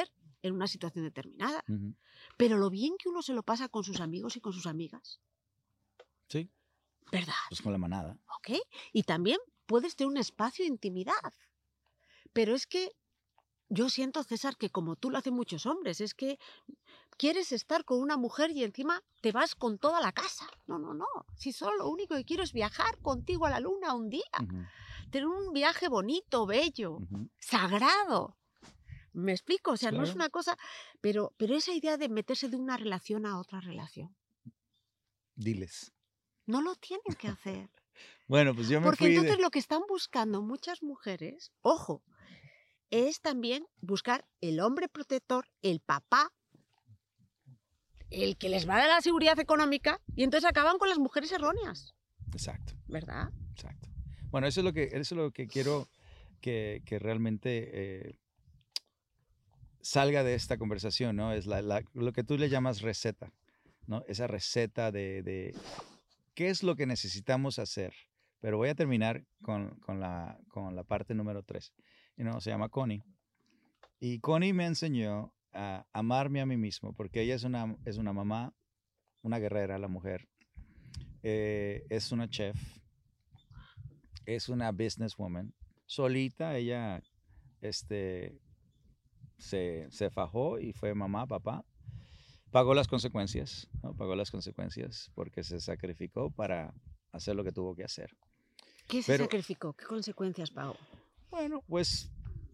Speaker 1: en una situación determinada.
Speaker 3: Ujú.
Speaker 1: Pero lo bien que uno se lo pasa con sus amigos y con sus amigas,
Speaker 3: Sí,
Speaker 1: ¿verdad?
Speaker 3: pues con la manada.
Speaker 1: ¿Ok? Y también puedes tener un espacio de intimidad. Pero es que yo siento, César, que como tú lo hacen muchos hombres, es que quieres estar con una mujer y encima te vas con toda la casa. No, no, no. Si solo lo único que quiero es viajar contigo a la luna un día.
Speaker 3: Ujú,
Speaker 1: Tener un viaje bonito, bello,
Speaker 3: ujú.
Speaker 1: sagrado. ¿Me explico? O sea, no es
Speaker 3: Claro.
Speaker 1: una cosa... Pero, pero esa idea de meterse de una relación a otra relación,
Speaker 3: Diles.
Speaker 1: no lo tienen que hacer.
Speaker 3: Bueno, pues yo me
Speaker 1: Porque
Speaker 3: fui
Speaker 1: entonces
Speaker 3: de...
Speaker 1: lo que están buscando muchas mujeres, ojo, es también buscar el hombre protector, el papá, el que les va a dar la seguridad económica, y entonces acaban con las mujeres erróneas,
Speaker 3: Exacto,
Speaker 1: ¿verdad?
Speaker 3: exacto. Bueno, eso es lo que, eso es lo que quiero que, que realmente eh, salga de esta conversación, ¿no? Es la, la- lo que tú le llamas receta, ¿no? Esa receta de, de qué es lo que necesitamos hacer. Pero voy a terminar con, con la, con la parte número tres. Y no, se llama Connie. Y Connie me enseñó a amarme a mí mismo, porque ella es una, es una mamá, una guerrera, la mujer. Eh, es una chef, es una businesswoman. Solita, ella este, se, se fajó y fue mamá, papá. Pagó las consecuencias, ¿no? Pagó las consecuencias porque se sacrificó para hacer lo que tuvo que hacer.
Speaker 1: ¿Qué se
Speaker 3: Pero,
Speaker 1: sacrificó? ¿Qué consecuencias pagó?
Speaker 3: bueno, pues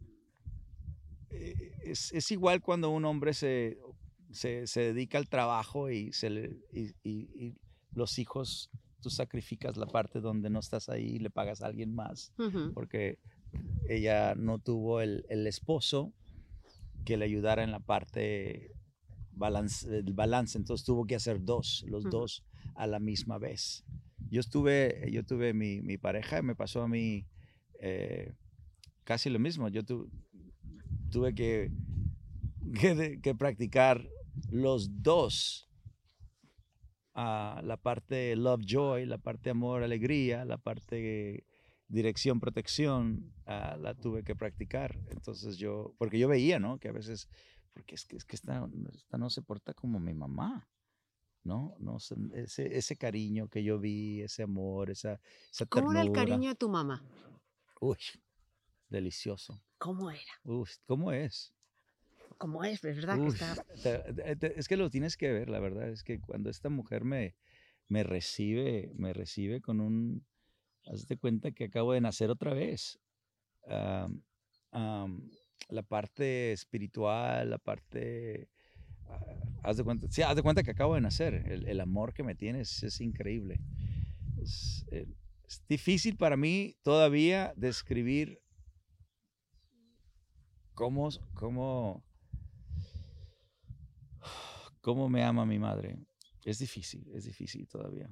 Speaker 3: eh, es, es igual cuando un hombre se, se, se dedica al trabajo y, se le, y, y- y los hijos, tú sacrificas la parte donde no estás ahí y le pagas a alguien más,
Speaker 1: Ujú,
Speaker 3: porque ella no tuvo el, el esposo que le ayudara en la parte balance, el balance, entonces tuvo que hacer dos, los
Speaker 1: ujú.
Speaker 3: dos a la misma vez. Yo estuve, yo tuve mi, mi pareja y me pasó a mí eh, casi lo mismo. Yo tu, tuve que, que, que practicar los dos. Uh, la parte love, joy, la parte amor, alegría, la parte dirección, protección, uh, la tuve que practicar. Entonces yo, porque yo veía, ¿no? Que a veces, porque es que, es que esta, esta no se porta como mi mamá. ¿No? No, ese, ese cariño que yo vi, ese amor, esa, esa
Speaker 1: ¿Cómo era el
Speaker 3: ternura.
Speaker 1: cariño de tu mamá?
Speaker 3: Uy, delicioso.
Speaker 1: ¿Cómo era?
Speaker 3: Uy, ¿cómo es?
Speaker 1: ¿Cómo es? Es verdad que
Speaker 3: Uy,
Speaker 1: está...
Speaker 3: te- te- te- es que lo tienes que ver, la verdad. Es que cuando esta mujer me, me recibe, me recibe con un... Hazte cuenta que acabo de nacer otra vez. Am, am, la parte espiritual, la parte... ah, haz de cuenta, sí, haz de cuenta que acabo de nacer. El, el amor que me tienes es increíble. Es, eh, es difícil para mí todavía describir cómo, cómo, cómo me ama mi madre. Es difícil, es difícil todavía.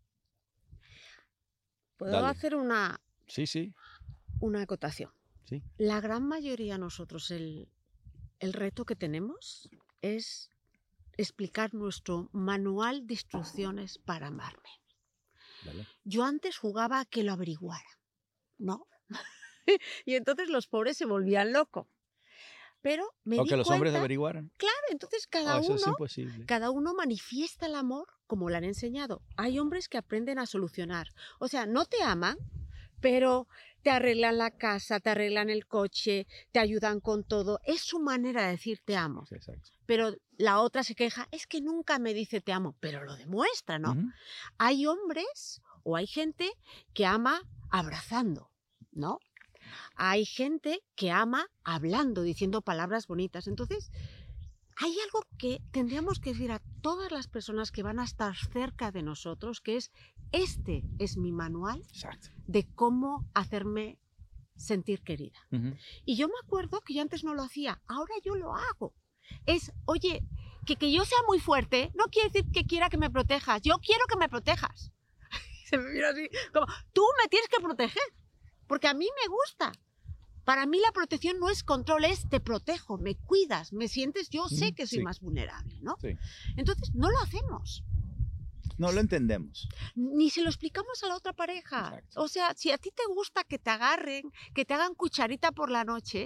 Speaker 1: ¿Puedo
Speaker 3: Dale.
Speaker 1: hacer una,
Speaker 3: Sí, sí,
Speaker 1: una acotación?
Speaker 3: sí.
Speaker 1: La gran mayoría de nosotros, el, el reto que tenemos es explicar nuestro manual de instrucciones para amarme.
Speaker 3: Dale.
Speaker 1: Yo antes jugaba a que lo averiguara, ¿no? Y entonces los pobres se volvían locos. Pero me
Speaker 3: O
Speaker 1: di
Speaker 3: que los hombres
Speaker 1: cuenta,
Speaker 3: averiguaran.
Speaker 1: claro, entonces cada
Speaker 3: Oh, eso es
Speaker 1: uno,
Speaker 3: imposible.
Speaker 1: cada uno manifiesta el amor como le han enseñado. Hay hombres que aprenden a solucionar. O sea, no te aman, pero te arreglan la casa, te arreglan el coche, te ayudan con todo. Es su manera de decir te amo.
Speaker 3: Sí, exacto.
Speaker 1: Pero la otra se queja, es que nunca me dice te amo, pero lo demuestra, ¿no?
Speaker 3: Ujú.
Speaker 1: Hay hombres o hay gente que ama abrazando, ¿no? Hay gente que ama hablando, diciendo palabras bonitas. Entonces, hay algo que tendríamos que decir a todas las personas que van a estar cerca de nosotros, que es, este es mi manual
Speaker 3: Exacto.
Speaker 1: de cómo hacerme sentir querida.
Speaker 3: Ujú.
Speaker 1: Y yo me acuerdo que yo antes no lo hacía, ahora yo lo hago. Es, oye, que, que yo sea muy fuerte no quiere decir que quiera que me protejas, yo quiero que me protejas. Se me mira así, como, tú me tienes que proteger, porque a mí me gusta. Para mí la protección no es control, es te protejo, me cuidas, me sientes, yo sé
Speaker 3: Mm,
Speaker 1: que soy
Speaker 3: sí.
Speaker 1: más vulnerable, ¿no?
Speaker 3: Sí.
Speaker 1: Entonces, no lo hacemos.
Speaker 3: No lo entendemos.
Speaker 1: Ni se lo explicamos a la otra pareja.
Speaker 3: Exacto.
Speaker 1: O sea, si a ti te gusta que te agarren, que te hagan cucharita por la noche,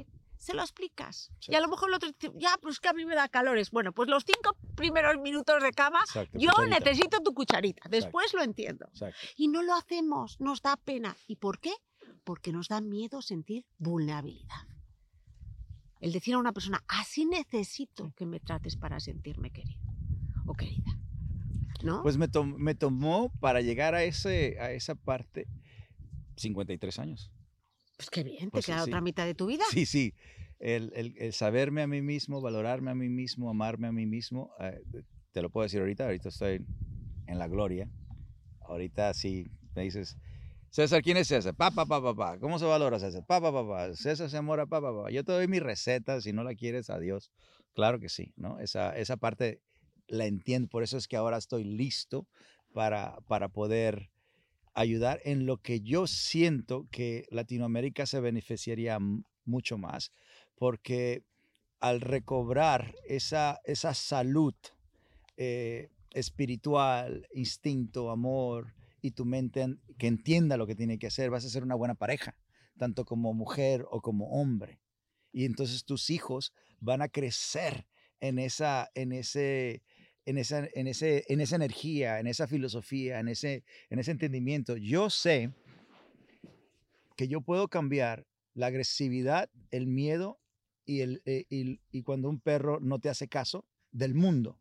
Speaker 1: se lo explicas.
Speaker 3: Sí.
Speaker 1: Y a lo mejor el otro dice, ya, pues que a mí me da calores. Bueno, pues los cinco primeros minutos de cama,
Speaker 3: Exacto,
Speaker 1: yo
Speaker 3: cucharita.
Speaker 1: necesito tu cucharita. Después lo entiendo.
Speaker 3: Exacto.
Speaker 1: Y no lo hacemos, nos da pena. ¿Y por qué? Porque nos da miedo sentir vulnerabilidad. El decir a una persona, así necesito que me trates para sentirme querido o querida. ¿No?
Speaker 3: Pues me, tom- me tomó para llegar a, ese, a esa parte cincuenta y tres años.
Speaker 1: Pues qué bien, te
Speaker 3: Pues
Speaker 1: queda
Speaker 3: sí.
Speaker 1: otra mitad de tu vida.
Speaker 3: Sí, sí. El, el- el saberme a mí mismo, valorarme a mí mismo, amarme a mí mismo. eh, te lo puedo decir ahorita. Ahorita estoy en la gloria. Ahorita sí me dices, César, ¿quién es César? Pa, pa, pa, pa, pa. ¿Cómo se valora César? Pa, pa, pa, pa. César se amora, pa, pa, pa. Yo te doy mi receta. Si no la quieres, adiós. Claro que sí, ¿no? Esa, esa parte la entiendo. Por eso es que ahora estoy listo para, para poder ayudar en lo que yo siento que Latinoamérica se beneficiaría m- mucho más, porque al recobrar esa, esa salud eh, espiritual, instinto, amor y tu mente en- que entienda lo que tiene que hacer, vas a ser una buena pareja, tanto como mujer o como hombre. Y entonces tus hijos van a crecer en esa, en ese, en esa, en ese, en esa energía, en esa filosofía, en ese, en ese entendimiento. Yo sé que yo puedo cambiar la agresividad, el miedo y, el, eh, y, y cuando un perro no te hace caso del mundo.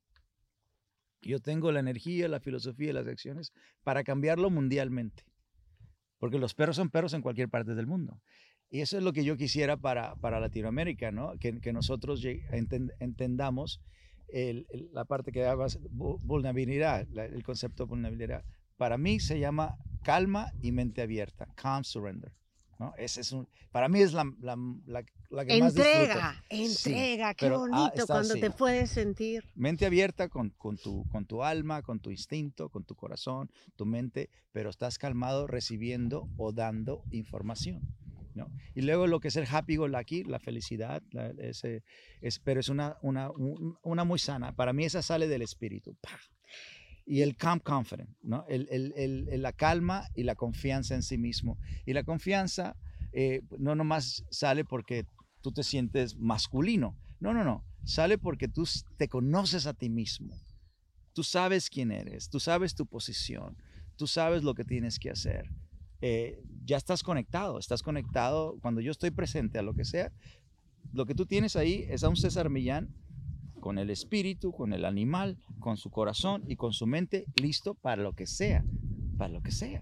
Speaker 3: Yo tengo la energía, la filosofía y las acciones para cambiarlo mundialmente. Porque los perros son perros en cualquier parte del mundo. Y eso es lo que yo quisiera para, para Latinoamérica, ¿no? Que, que nosotros lleg- enten- entendamos el- el- la parte que hablas, vu- vulnerabilidad, la- el concepto de vulnerabilidad. Para mí se llama calma y mente abierta, calm surrender, ¿no? Ese es un, para mí es la, la, la, la que más disfruto.
Speaker 1: Entrega,
Speaker 3: Sí,
Speaker 1: entrega, qué
Speaker 3: pero, ah,
Speaker 1: bonito
Speaker 3: está
Speaker 1: cuando
Speaker 3: así.
Speaker 1: te puedes sentir.
Speaker 3: Mente abierta con, con, tu, con tu alma, con tu instinto, con tu corazón, tu mente, pero estás calmado recibiendo o dando información, ¿no? Y luego lo que es el happy go lucky, la felicidad, la- ese, es, pero es una, una, un- una muy sana. Para mí esa sale del espíritu. ¡Pah! Y el calm confident, ¿no? El, el, el, el- la calma y la confianza en sí mismo. Y la confianza eh, no nomás sale porque tú te sientes masculino. No, no, no. Sale porque tú s- te conoces a ti mismo. Tú sabes quién eres, tú sabes tu posición, tú sabes lo que tienes que hacer. Eh, ya estás conectado, estás conectado. Cuando yo estoy presente a lo que sea, lo que tú tienes ahí es a un César Millán con el espíritu, con el animal, con su corazón y con su mente listo para lo que sea, para lo que sea.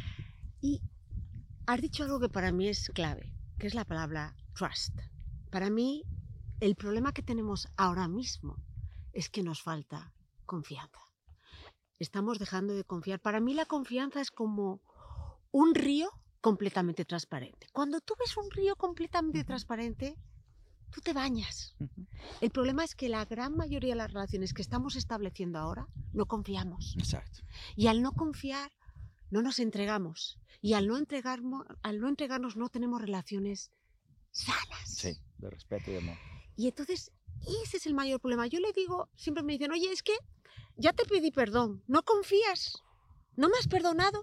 Speaker 1: Y has dicho algo que para mí es clave, que es la palabra trust. Para mí, el problema que tenemos ahora mismo es que nos falta confianza. Estamos dejando de confiar. Para mí la confianza es como un río completamente transparente. Cuando tú ves un río completamente
Speaker 3: Ujú.
Speaker 1: transparente, tú te bañas.
Speaker 3: Ujú.
Speaker 1: El problema es que la gran mayoría de las relaciones que estamos estableciendo ahora no confiamos.
Speaker 3: Exacto.
Speaker 1: Y al no confiar, no nos entregamos. Y al no, entregarmo- al no entregarnos, no tenemos relaciones sanas.
Speaker 3: Sí, de respeto y amor.
Speaker 1: Y entonces, ese es el mayor problema. Yo le digo, siempre me dicen, oye, es que ya te pedí perdón, no confías, no me has perdonado.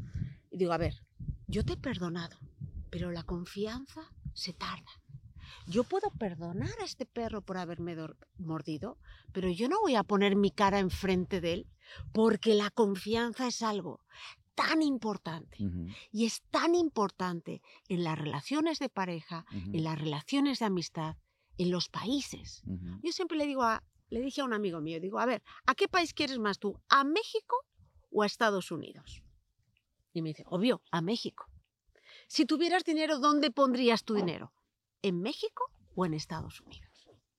Speaker 1: Y digo, a ver, yo te he perdonado, pero la confianza se tarda. Yo puedo perdonar a este perro por haberme dor- mordido, pero yo no voy a poner mi cara enfrente de él, porque la confianza es algo tan importante.
Speaker 3: Ujú,
Speaker 1: Y es tan importante en las relaciones de pareja,
Speaker 3: ujú,
Speaker 1: en las relaciones de amistad, en los países.
Speaker 3: ujú.
Speaker 1: Yo siempre le digo a, le dije a un amigo mío, digo, a ver, ¿a qué país quieres más tú? ¿A México o a Estados Unidos? Y me dice, obvio, a México. Si tuvieras dinero, ¿dónde pondrías tu dinero? ¿En México o en Estados Unidos?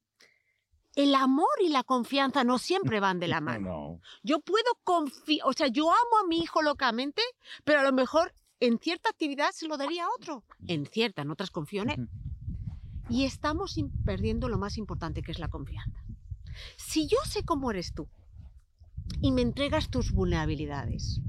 Speaker 1: El amor y la confianza no siempre van de la mano.
Speaker 3: No.
Speaker 1: Yo puedo confiar, o sea, yo amo a mi hijo locamente, pero a lo mejor en cierta actividad se lo daría a otro. En cierta, en otras confío en él.
Speaker 3: Ujú.
Speaker 1: Y estamos in- perdiendo lo más importante, que es la confianza. Si yo sé cómo eres tú y me entregas tus vulnerabilidades,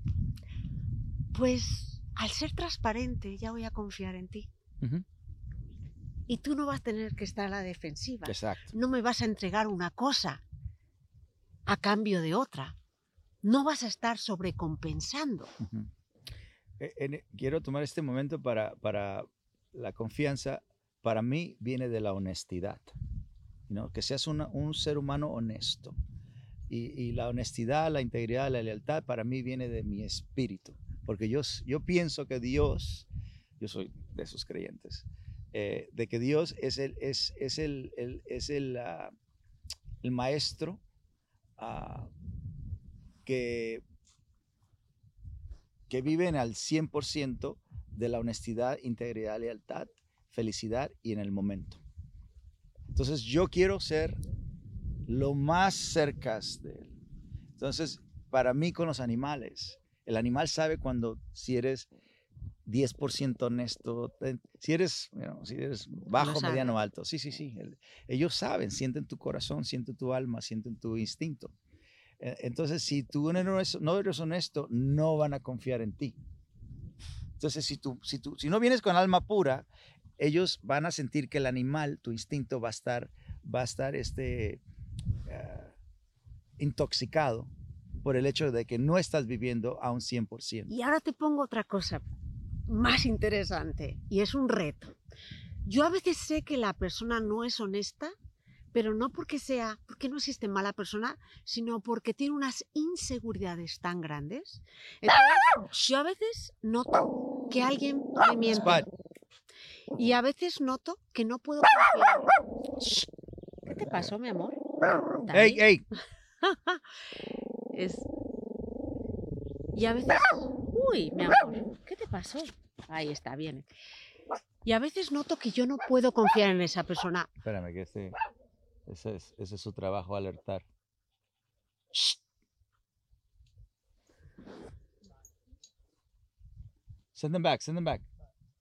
Speaker 1: pues al ser transparente ya voy a confiar en ti.
Speaker 3: Ujú.
Speaker 1: Y tú no vas a tener que estar a la defensiva.
Speaker 3: Exacto.
Speaker 1: No me vas a entregar una cosa a cambio de otra. No vas a estar sobrecompensando.
Speaker 3: Ujú. Eh, en- quiero tomar este momento para, para la confianza. para mí viene de la honestidad, ¿no? Que seas una, un ser humano honesto. Y, y la honestidad, la integridad, la lealtad para mí viene de mi espíritu. Porque yo, yo pienso que Dios, yo soy de esos creyentes, eh, de que Dios es el, es, es el, el, es el, uh, el maestro uh, que, que vive en al cien por ciento de la honestidad, integridad, lealtad, felicidad y en el momento. Entonces yo quiero ser lo más cerca de él. Entonces, para mí con los animales, el animal sabe cuando si eres diez por ciento honesto, si eres, you know, si eres bajo, mediano, alto. Sí, sí, sí. El, ellos saben, sienten tu corazón, sienten tu alma, sienten tu instinto. Entonces, si tú no eres, no eres honesto, no van a confiar en ti. Entonces, si, tú, si, tú, si no vienes con alma pura, ellos van a sentir que el animal, tu instinto va a estar, va a estar este, uh, intoxicado por el hecho de que no estás viviendo a un cien por ciento.
Speaker 1: Y ahora te pongo otra cosa más interesante y es un reto. Yo a veces sé que la persona no es honesta, pero no porque sea, porque no existe mala persona, sino porque tiene unas inseguridades tan grandes. Entonces, yo a veces noto que alguien me miente. Y a veces noto que no puedo confiar. ¿Qué te pasó, mi amor?
Speaker 3: ¡Ey, ey!
Speaker 1: Es... Y a veces... Uy, mi amor, ¿qué te pasó? Ahí está, viene. Y a veces noto que yo no puedo confiar en esa persona.
Speaker 3: Espérame, que ese, ese, es, ese es su trabajo, alertar. Shh. Send them back, send them back.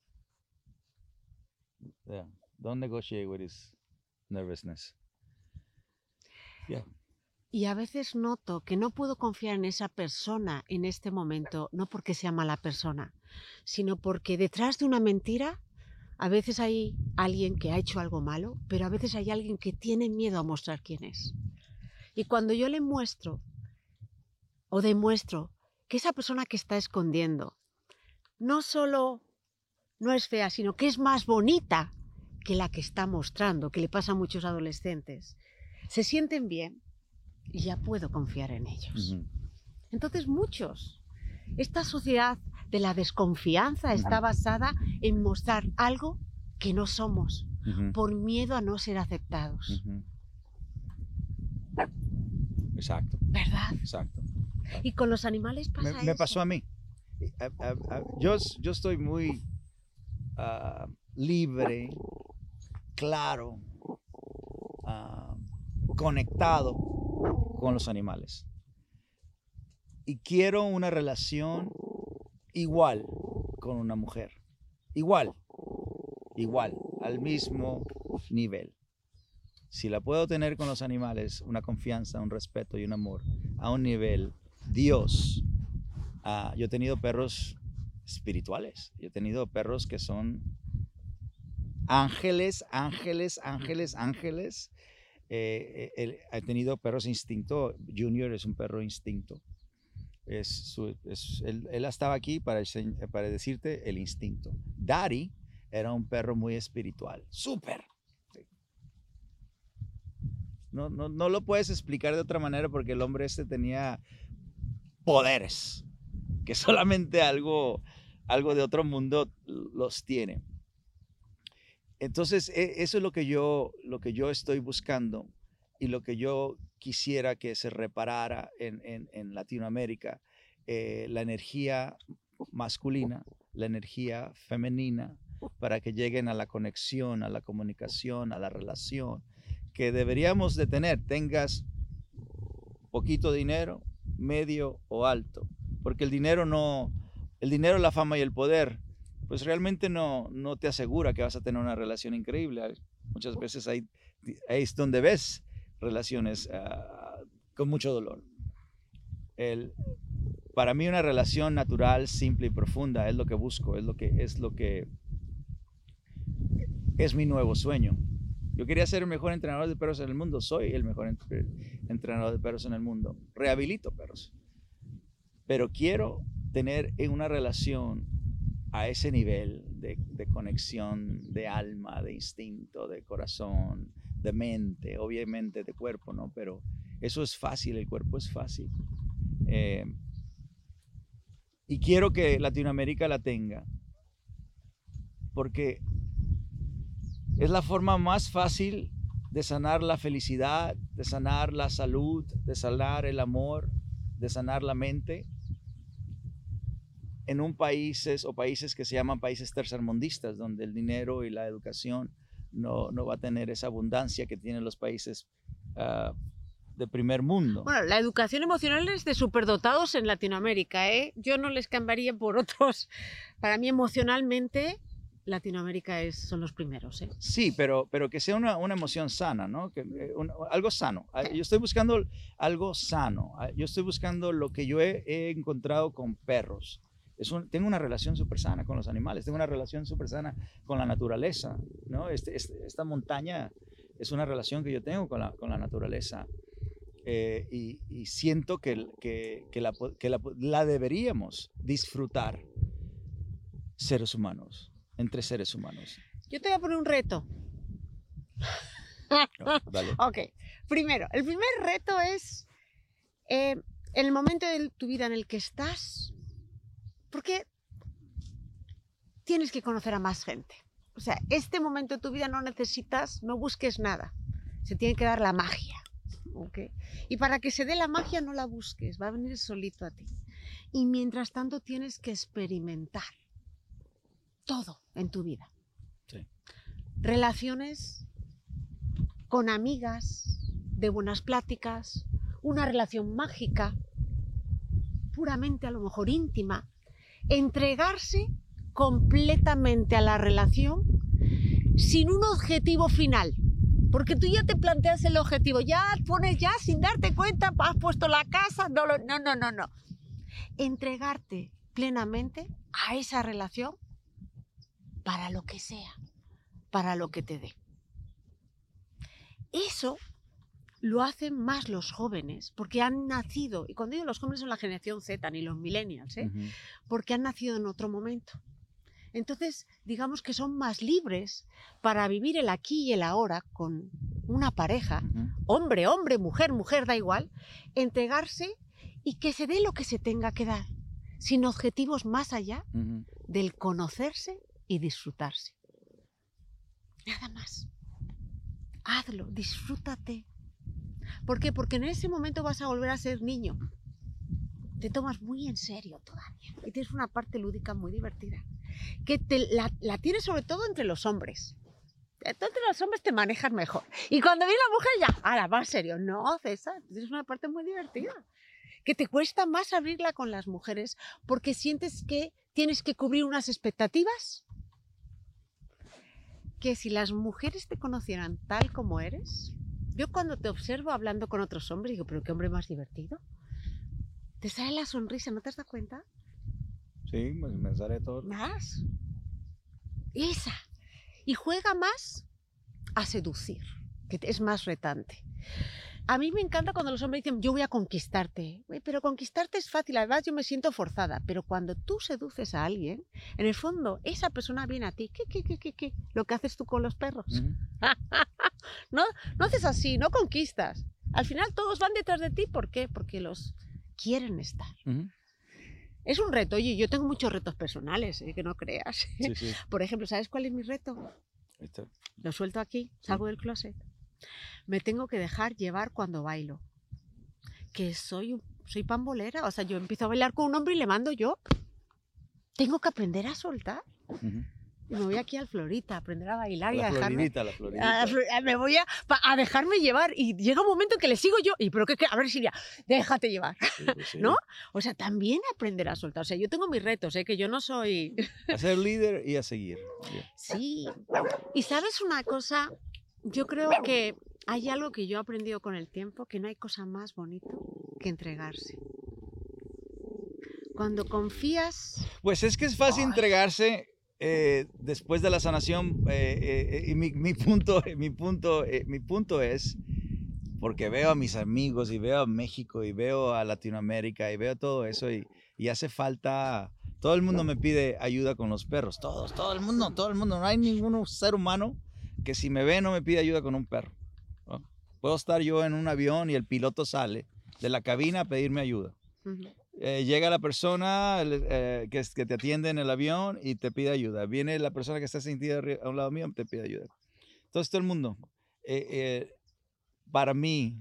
Speaker 3: Yeah, don't negotiate with his nervousness. Yeah.
Speaker 1: Y a veces noto que no puedo confiar en esa persona en este momento, no porque sea mala persona, sino porque detrás de una mentira a veces hay alguien que ha hecho algo malo, pero a veces hay alguien que tiene miedo a mostrar quién es. Y cuando yo le muestro o demuestro que esa persona que está escondiendo no solo no es fea, sino que es más bonita que la que está mostrando, que le pasa a muchos adolescentes, se sienten bien y ya puedo confiar en ellos. Uh-huh. Entonces muchos, esta sociedad de la desconfianza uh-huh. está basada en mostrar algo que no somos, uh-huh. por miedo a no ser aceptados.
Speaker 3: Uh-huh. Exacto.
Speaker 1: ¿Verdad?
Speaker 3: Exacto.
Speaker 1: Y con los animales pasa
Speaker 3: me,
Speaker 1: eso.
Speaker 3: Me pasó a mí. A, a, a, yo, yo estoy muy uh, libre, claro, uh, conectado con los animales. Y quiero una relación igual con una mujer. Igual. Igual. Al mismo nivel. Si la puedo tener con los animales, una confianza, un respeto y un amor a un nivel Dios. Uh, yo he tenido perros espirituales. Yo he tenido perros que son ángeles, ángeles, ángeles, ángeles. Eh, él, he tenido perros instinto. Junior es un perro instinto. Es su, es, él, él estaba aquí para, para decirte el instinto. Daddy era un perro muy espiritual. ¡Súper! Sí. No, no, no lo puedes explicar de otra manera porque el hombre este tenía poderes que solamente algo, algo de otro mundo los tiene. Entonces, eso es lo que yo, lo que yo estoy buscando y lo que yo quisiera que se reparara en, en, en Latinoamérica, eh, la energía masculina, la energía femenina, para que lleguen a la conexión, a la comunicación, a la relación, que deberíamos de tener, tengas poquito dinero, medio o alto, porque el dinero no, el dinero, la fama y el poder, pues realmente no, no te asegura que vas a tener una relación increíble. Muchas veces ahí, ahí es donde ves relaciones uh, con mucho dolor. El, para mí una relación natural, simple y profunda es lo que busco, es lo que es lo que es mi nuevo sueño. Yo quería ser el mejor entrenador de perros en el mundo, soy el mejor entrenador de perros en el mundo, rehabilito perros, pero quiero tener una relación a ese nivel de, de conexión de alma, de instinto, de corazón, de mente, obviamente de cuerpo, ¿no? Pero eso es fácil, el cuerpo es fácil. Eh, y quiero que Latinoamérica la tenga, porque es la forma más fácil de sanar la felicidad, de sanar la salud, de sanar el amor, de sanar la mente en un países o países que se llaman países tercermundistas, donde el dinero y la educación no, no va a tener esa abundancia que tienen los países uh, de primer mundo.
Speaker 1: Bueno, la educación emocional es de superdotados en Latinoamérica, ¿eh? Yo no les cambiaría por otros. Para mí emocionalmente Latinoamérica es, son los primeros, ¿eh?
Speaker 3: Sí, pero, pero que sea una, una emoción sana, ¿no? Que, eh, un, algo sano. Yo estoy buscando algo sano. Yo estoy buscando lo que yo he, he encontrado con perros. Es un, tengo una relación súper sana con los animales, tengo una relación súper sana con la naturaleza, ¿no? Este, este, esta montaña es una relación que yo tengo con la, con la naturaleza. Eh, y, y siento que, que, que, la, que la, la deberíamos disfrutar seres humanos, entre seres humanos.
Speaker 1: Yo te voy a poner un reto.
Speaker 3: No, dale.
Speaker 1: Ok, primero, el primer reto es eh, el momento de tu vida en el que estás, porque tienes que conocer a más gente. O sea, este momento de tu vida no necesitas, no busques nada, se tiene que dar la magia. Okay. Y para que se dé la magia no la busques, va a venir solito a ti. Y mientras tanto tienes que experimentar todo en tu vida.
Speaker 3: Sí.
Speaker 1: Relaciones con amigas, de buenas pláticas, una relación mágica, puramente a lo mejor íntima, entregarse completamente a la relación sin un objetivo final. Porque tú ya te planteas el objetivo, ya pones ya sin darte cuenta, has puesto la casa, no, no, no, no, no. Entregarte plenamente a esa relación para lo que sea, para lo que te dé. Eso lo hacen más los jóvenes, porque han nacido, y cuando digo los jóvenes son la generación Z, ni los millennials, ¿eh? Uh-huh. Porque han nacido en otro momento. Entonces, digamos que son más libres para vivir el aquí y el ahora con una pareja, uh-huh. hombre, hombre, mujer, mujer, da igual, entregarse y que se dé lo que se tenga que dar, sin objetivos más allá uh-huh. del conocerse y disfrutarse. Nada más. Hazlo, disfrútate. ¿Por qué? Porque en ese momento vas a volver a ser niño. Te tomas muy en serio todavía y tienes una parte lúdica muy divertida. Que te, la, la tienes sobre todo entre los hombres. Entonces los hombres te manejan mejor. Y cuando viene la mujer ya, ahora va serio. No, César, tienes una parte muy divertida. Que te cuesta más abrirla con las mujeres porque sientes que tienes que cubrir unas expectativas. Que si las mujeres te conocieran tal como eres, yo cuando te observo hablando con otros hombres digo, pero qué hombre más divertido. Te sale la sonrisa, ¿no te has dado cuenta?
Speaker 3: Sí, pues me sale todo.
Speaker 1: Más. Esa. Y juega más a seducir, que es más retante. A mí me encanta cuando los hombres dicen, yo voy a conquistarte. Pero conquistarte es fácil, además yo me siento forzada. Pero cuando tú seduces a alguien, en el fondo, esa persona viene a ti. ¿Qué, qué, qué, qué, qué? Lo que haces tú con los perros. Uh-huh. no, no haces así, no conquistas. Al final todos van detrás de ti. ¿Por qué? Porque los quieren estar. Uh-huh. Es un reto. Oye, yo tengo muchos retos personales, ¿eh? Que no creas.
Speaker 3: Sí, sí.
Speaker 1: Por ejemplo, ¿sabes cuál es mi reto?
Speaker 3: Está.
Speaker 1: Lo suelto aquí, salgo sí. del closet. Me tengo que dejar llevar cuando bailo. Que soy, soy pambolera. O sea, yo empiezo a bailar con un hombre y le mando yo. Tengo que aprender a soltar. Uh-huh. Y me voy aquí al Florita a aprender a bailar
Speaker 3: la
Speaker 1: y a dejarme.
Speaker 3: La Floridita.
Speaker 1: A, me voy a, a dejarme llevar. Y llega un momento en que le sigo yo. Y pero qué, qué? A ver, Silvia, déjate llevar. Sí, pues sí. ¿No? O sea, también aprender a soltar. O sea, yo tengo mis retos, ¿eh? Que yo no soy.
Speaker 3: A ser líder y a seguir.
Speaker 1: Sí. Y sabes una cosa. Yo creo que hay algo que yo he aprendido con el tiempo, que no hay cosa más bonita que entregarse. Cuando confías...
Speaker 3: Pues es que es fácil Ay. entregarse eh, después de la sanación. Eh, eh, y mi, mi, punto, mi, punto, eh, mi punto es, porque veo a mis amigos y veo a México y veo a Latinoamérica y veo todo eso y, y hace falta Todo el mundo me pide ayuda con los perros. Todos, todo el mundo, todo el mundo. No hay ningún ser humano que si me ve no me pide ayuda con un perro, ¿no? Puedo estar yo en un avión y el piloto sale de la cabina a pedirme ayuda. Uh-huh. eh, llega la persona eh, que, que te atiende en el avión y te pide ayuda. Viene la persona que está sentada a un lado mío y te pide ayuda. Entonces todo el mundo. Eh, eh, para mí,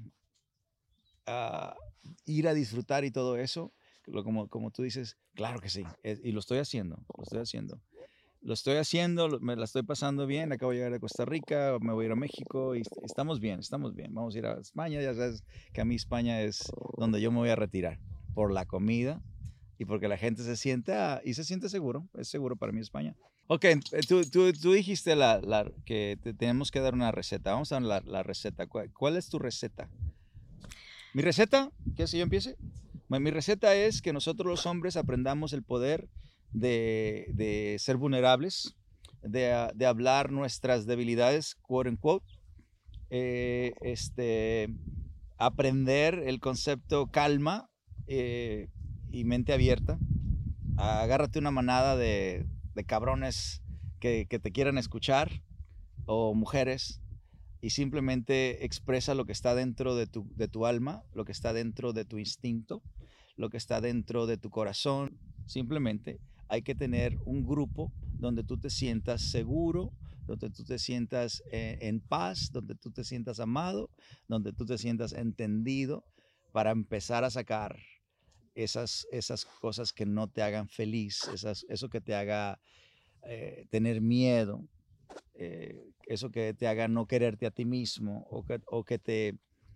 Speaker 3: uh, ir a disfrutar y todo eso, como, como tú dices, claro que sí. Eh, y lo estoy haciendo, lo estoy haciendo. Lo estoy haciendo, me la estoy pasando bien. Acabo de llegar de Costa Rica, me voy a ir a México y estamos bien, estamos bien. Vamos a ir a España, ya sabes que a mí España es donde yo me voy a retirar por la comida y porque la gente se sienta y se siente seguro. Es seguro para mí España. Ok, tú, tú, tú dijiste la, la, que te, tenemos que dar una receta. Vamos a dar la, la receta. ¿Cuál, ¿Cuál es tu receta? Mi receta, ¿quieres que yo empiece? Mi receta es que nosotros los hombres aprendamos el poder De, de ser vulnerables, de, de hablar nuestras debilidades, quote unquote, eh, este, aprender el concepto calma eh, y mente abierta. Agárrate una manada de, de cabrones que, que te quieran escuchar o mujeres y simplemente expresa lo que está dentro de tu, de tu alma, lo que está dentro de tu instinto, lo que está dentro de tu corazón. Simplemente hay que tener un grupo donde tú te sientas seguro, donde tú te sientas eh, en paz, donde tú te sientas amado, donde tú te sientas entendido, para empezar a sacar esas, esas cosas que no te hagan feliz, esas, eso que te haga eh, tener miedo, eh, eso que te haga no quererte a ti mismo, o que, o que, te,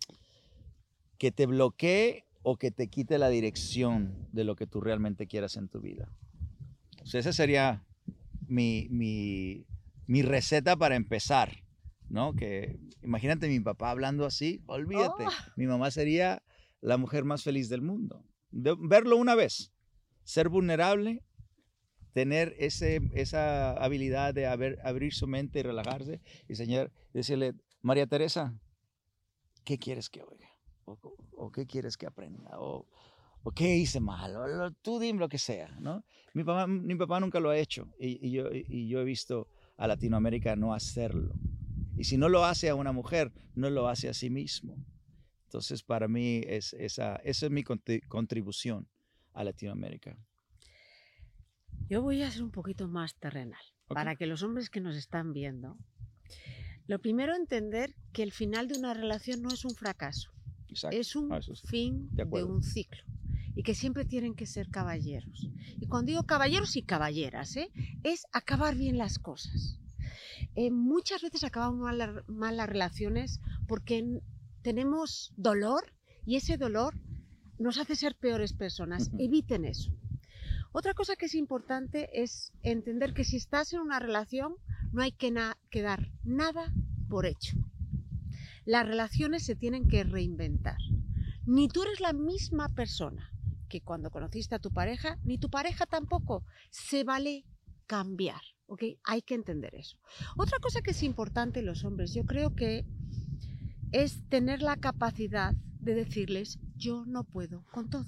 Speaker 3: que te bloquee o que te quite la dirección de lo que tú realmente quieras en tu vida. O sea, esa sería mi, mi, mi receta para empezar, ¿no? Que imagínate mi papá hablando así, olvídate, oh. Mi mamá sería la mujer más feliz del mundo. De, verlo una vez, ser vulnerable, tener ese, esa habilidad de haber, abrir su mente y relajarse y señor, decirle, María Teresa, ¿qué quieres que oiga? O, o, o qué quieres que aprenda, o, o qué hice mal, o lo, tú dime lo que sea, ¿no? Mi papá, mi papá nunca lo ha hecho y, y, yo, y yo he visto a Latinoamérica no hacerlo. Y si no lo hace a una mujer, no lo hace a sí mismo. Entonces, para mí, es, esa, esa es mi contribución a Latinoamérica.
Speaker 1: Yo voy a ser un poquito más terrenal, okay, para que los hombres que nos están viendo, lo primero, entender que el final de una relación no es un fracaso. Exacto. Es un ah, sí. fin de, de un ciclo y que siempre tienen que ser caballeros. Y cuando digo caballeros y caballeras, ¿eh? es acabar bien las cosas. Eh, muchas veces acabamos mal, mal las relaciones porque tenemos dolor y ese dolor nos hace ser peores personas. Uh-huh. Eviten eso. Otra cosa que es importante es entender que si estás en una relación no hay que, na- que dar nada por hecho. Las relaciones se tienen que reinventar. Ni tú eres la misma persona que cuando conociste a tu pareja, ni tu pareja tampoco. Se vale cambiar, ¿ok? Hay que entender eso. Otra cosa que es importante en los hombres, yo creo que es tener la capacidad de decirles, yo no puedo con todo.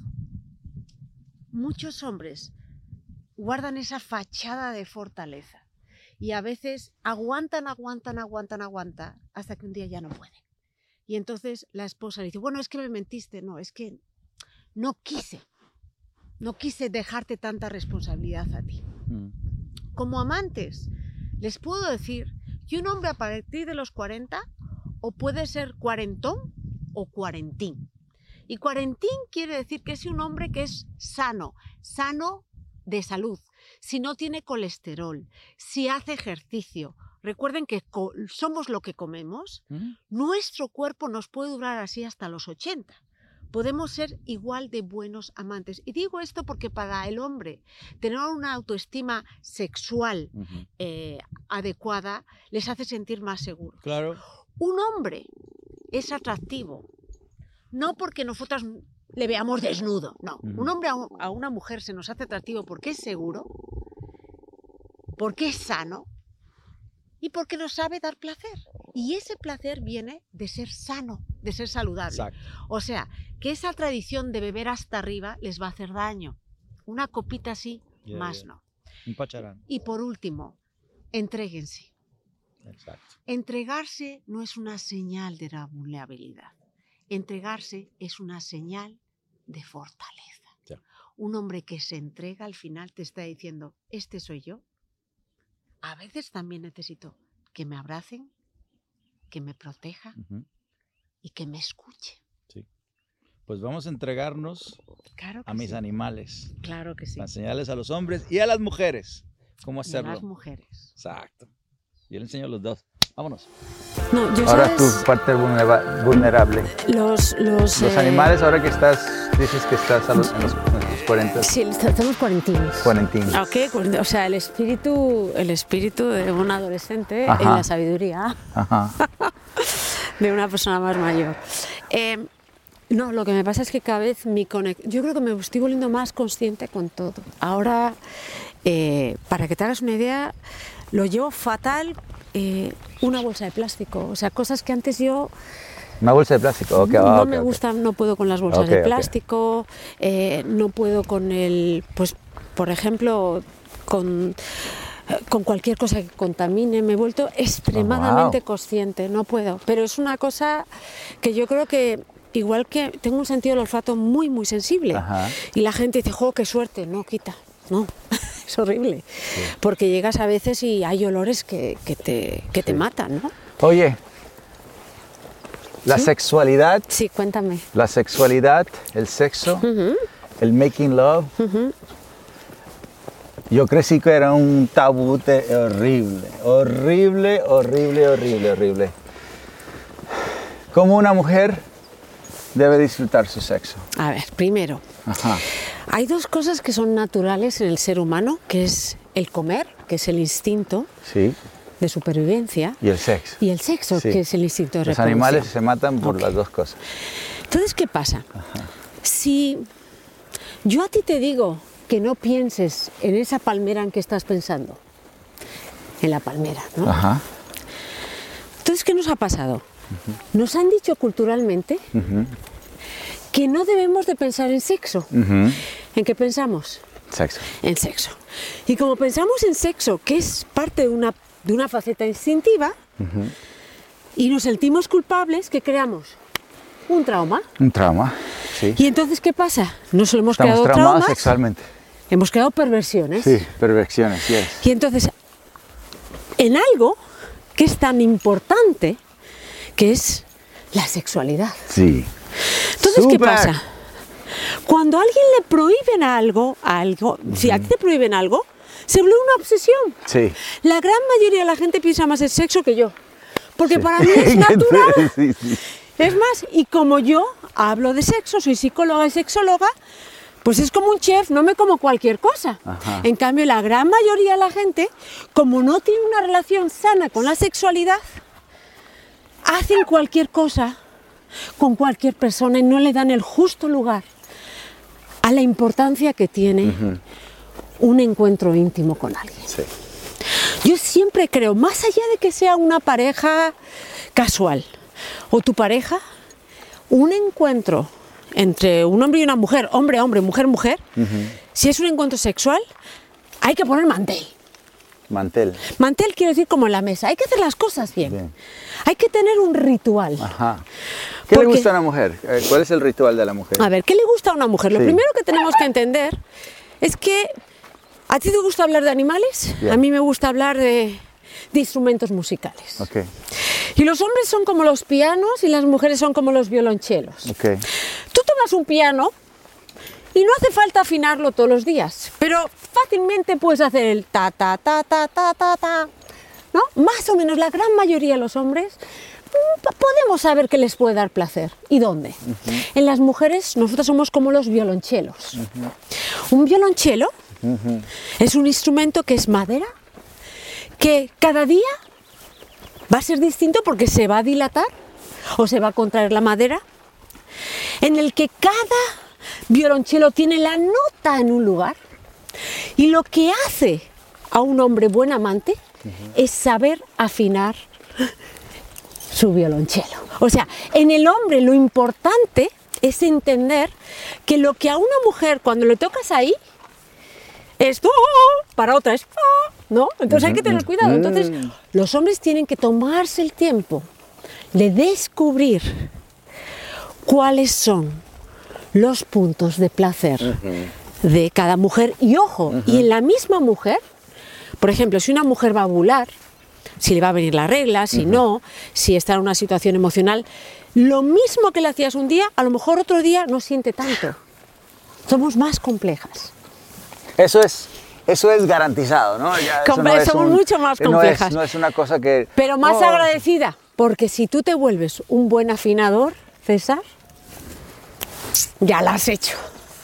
Speaker 1: Muchos hombres guardan esa fachada de fortaleza y a veces aguantan, aguantan, aguantan, aguantan hasta que un día ya no pueden. Y entonces la esposa le dice, bueno, es que me mentiste. No, es que no quise, no quise dejarte tanta responsabilidad a ti. Mm. Como amantes, les puedo decir que un hombre a partir de los cuarenta o puede ser cuarentón o cuarentín. Y cuarentín quiere decir que es un hombre que es sano, sano de salud, si no tiene colesterol, si hace ejercicio. Recuerden que co- somos lo que comemos. ¿Mm? Nuestro cuerpo nos puede durar así hasta los ochenta. Podemos ser igual de buenos amantes. Y digo esto porque para el hombre tener una autoestima sexual uh-huh. eh, adecuada les hace sentir más seguros.
Speaker 3: Claro.
Speaker 1: Un hombre es atractivo, no porque nosotras le veamos desnudo, no. Uh-huh. Un hombre a, a una mujer se nos hace atractivo porque es seguro, porque es sano y porque nos sabe dar placer. Y ese placer viene de ser sano, de ser saludable. Exacto. O sea, que esa tradición de beber hasta arriba les va a hacer daño. Una copita así
Speaker 3: Yeah,
Speaker 1: más
Speaker 3: yeah.
Speaker 1: no.
Speaker 3: Un pacharán.
Speaker 1: Y por último, entréguense.
Speaker 3: Exacto.
Speaker 1: Entregarse no es una señal de la vulnerabilidad. Entregarse es una señal de fortaleza.
Speaker 3: Ya.
Speaker 1: Un hombre que se entrega al final te está diciendo, este soy yo. A veces también necesito que me abracen, que me proteja
Speaker 3: Uh-huh.
Speaker 1: y que me escuche.
Speaker 3: Sí. Pues vamos a entregarnos
Speaker 1: Claro que
Speaker 3: a mis
Speaker 1: sí.
Speaker 3: animales,
Speaker 1: Claro que sí.
Speaker 3: a enseñarles a los hombres y a las mujeres cómo
Speaker 1: Y a
Speaker 3: hacerlo.
Speaker 1: las mujeres.
Speaker 3: Exacto. Yo le enseño a los dos. Vámonos.
Speaker 1: No, yo
Speaker 2: Ahora
Speaker 1: sabes,
Speaker 2: tu parte vulnera- vulnerable.
Speaker 1: los, los,
Speaker 2: Los
Speaker 1: eh,
Speaker 2: animales, ahora que estás, dices que estás a los, en los, en los cuarenta,
Speaker 1: Sí, estamos cuarentinos.
Speaker 2: cuarentinos.
Speaker 1: Ok, o sea, el espíritu, el espíritu de un adolescente
Speaker 2: Ajá.
Speaker 1: en la sabiduría
Speaker 2: Ajá.
Speaker 1: de una persona más mayor. Eh, no, lo que me pasa es que cada vez mi conexión, yo creo que me estoy volviendo más consciente con todo. Ahora, eh, para que te hagas una idea, lo llevo fatal, eh, una bolsa de plástico, o sea, cosas que antes yo
Speaker 2: Una bolsa de plástico, ok.
Speaker 1: no
Speaker 2: ok,
Speaker 1: me
Speaker 2: ok.
Speaker 1: gustan, no puedo con las bolsas
Speaker 2: Ok,
Speaker 1: de
Speaker 2: ok.
Speaker 1: plástico, eh, no puedo con el, pues, por ejemplo, con, eh, con cualquier cosa que contamine. Me he vuelto extremadamente
Speaker 2: Oh, wow.
Speaker 1: consciente, no puedo. Pero es una cosa que yo creo que, igual que tengo un sentido del olfato muy, muy sensible.
Speaker 2: Ajá.
Speaker 1: Y la gente dice, jo, qué suerte, no, quita, no. Es horrible, porque llegas a veces y hay olores que, que te, que te
Speaker 2: Sí.
Speaker 1: matan, ¿no?
Speaker 2: Oye, la
Speaker 1: ¿Sí?
Speaker 2: sexualidad,
Speaker 1: Sí, cuéntame.
Speaker 2: la sexualidad, el sexo,
Speaker 1: Ujú.
Speaker 2: el making love. Yo crecí que era un tabú te- horrible, horrible, horrible, horrible, horrible. ¿Cómo una mujer debe disfrutar su sexo?
Speaker 1: A ver, primero,
Speaker 2: Ajá.
Speaker 1: hay dos cosas que son naturales en el ser humano, que es el comer, que es el instinto
Speaker 2: Sí.
Speaker 1: de supervivencia,
Speaker 2: Y el sexo.
Speaker 1: y el sexo,
Speaker 2: Sí.
Speaker 1: que es el instinto de
Speaker 2: Los
Speaker 1: reproducción.
Speaker 2: animales se matan por
Speaker 1: Ok.
Speaker 2: las dos cosas.
Speaker 1: Entonces, ¿qué pasa? Si yo a ti te digo que no pienses en esa palmera en que estás pensando, en la palmera, ¿no?
Speaker 2: Ajá.
Speaker 1: Entonces, ¿qué nos ha pasado? Nos han dicho culturalmente
Speaker 2: Ujú.
Speaker 1: que no debemos de pensar en sexo.
Speaker 2: Ujú.
Speaker 1: ¿En qué pensamos?
Speaker 2: Sexo.
Speaker 1: En sexo. Y como pensamos en sexo, que es parte de una, de una faceta instintiva, y nos sentimos culpables, ¿qué creamos? Un trauma.
Speaker 2: Un trauma. Sí.
Speaker 1: ¿Y entonces qué pasa? No solo hemos
Speaker 2: Estamos
Speaker 1: creado
Speaker 2: traumados
Speaker 1: traumas,
Speaker 2: sexualmente.
Speaker 1: hemos creado perversiones.
Speaker 2: Sí, perversiones, yes.
Speaker 1: Y entonces, en algo que es tan importante, que es la sexualidad.
Speaker 2: Sí.
Speaker 1: Entonces, ¿qué
Speaker 2: Súper.
Speaker 1: pasa? Cuando a alguien le prohíben algo, algo, si a ti te prohíben algo, se vuelve una obsesión.
Speaker 2: Sí.
Speaker 1: La gran mayoría de la gente piensa más en sexo que yo, porque
Speaker 2: Sí.
Speaker 1: para mí es natural.
Speaker 2: Sí, sí.
Speaker 1: Es más, y como yo hablo de sexo, soy psicóloga y sexóloga, pues es como un chef, no me como cualquier cosa.
Speaker 2: Ajá.
Speaker 1: En cambio, la gran mayoría de la gente, como no tiene una relación sana con la sexualidad, hacen cualquier cosa con cualquier persona y no le dan el justo lugar a la importancia que tiene un encuentro íntimo con alguien.
Speaker 2: Sí.
Speaker 1: Yo siempre creo, más allá de que sea una pareja casual o tu pareja, un encuentro entre un hombre y una mujer, hombre, hombre, mujer, mujer, si es un encuentro sexual, hay que poner mantel.
Speaker 2: Mantel.
Speaker 1: Mantel quiere decir como en la mesa, hay que hacer las cosas bien.
Speaker 2: Bien.
Speaker 1: Hay que tener un ritual.
Speaker 2: Ajá. ¿Qué le
Speaker 1: Porque-
Speaker 2: gusta a una mujer? Eh, ¿Cuál es el ritual de la mujer?
Speaker 1: A ver, ¿qué le gusta a una mujer? Lo
Speaker 2: Sí.
Speaker 1: primero que tenemos que entender es que a ti te gusta hablar de animales,
Speaker 2: Bien.
Speaker 1: a mí me gusta hablar de, de instrumentos musicales.
Speaker 2: Ok,
Speaker 1: Y los hombres son como los pianos y las mujeres son como los violonchelos.
Speaker 2: ok.
Speaker 1: Tú tomas un piano y no hace falta afinarlo todos los días, pero fácilmente puedes hacer el ta ta ta ta ta ta ta, ¿no? Más o menos la gran mayoría de los hombres mm, p- podemos saber qué les puede dar placer y dónde. En las mujeres nosotros somos como los violonchelos. Un violonchelo es un instrumento que es madera, que cada día va a ser distinto porque se va a dilatar o se va a contraer la madera, en el que cada violonchelo tiene la nota en un lugar, y lo que hace a un hombre buen amante es saber afinar su violonchelo. O sea, en el hombre lo importante es entender que lo que a una mujer cuando le tocas ahí, esto, para otra es, ¿no? Entonces hay que tener cuidado. Entonces los hombres tienen que tomarse el tiempo de descubrir cuáles son los puntos de placer uh-huh. de cada mujer. Y ojo, uh-huh. y en la misma mujer, por ejemplo, si una mujer va a ovular, si le va a venir la regla, si uh-huh. no, si está en una situación emocional, lo mismo que le hacías un día, a lo mejor otro día no siente tanto. Somos más complejas.
Speaker 2: Eso es, eso es garantizado, ¿no? Ya,
Speaker 1: Comple no es somos un, mucho más complejas.
Speaker 2: No es, no es una cosa que...
Speaker 1: Pero más
Speaker 2: oh.
Speaker 1: agradecida, porque si tú te vuelves un buen afinador, César, ya lo has hecho.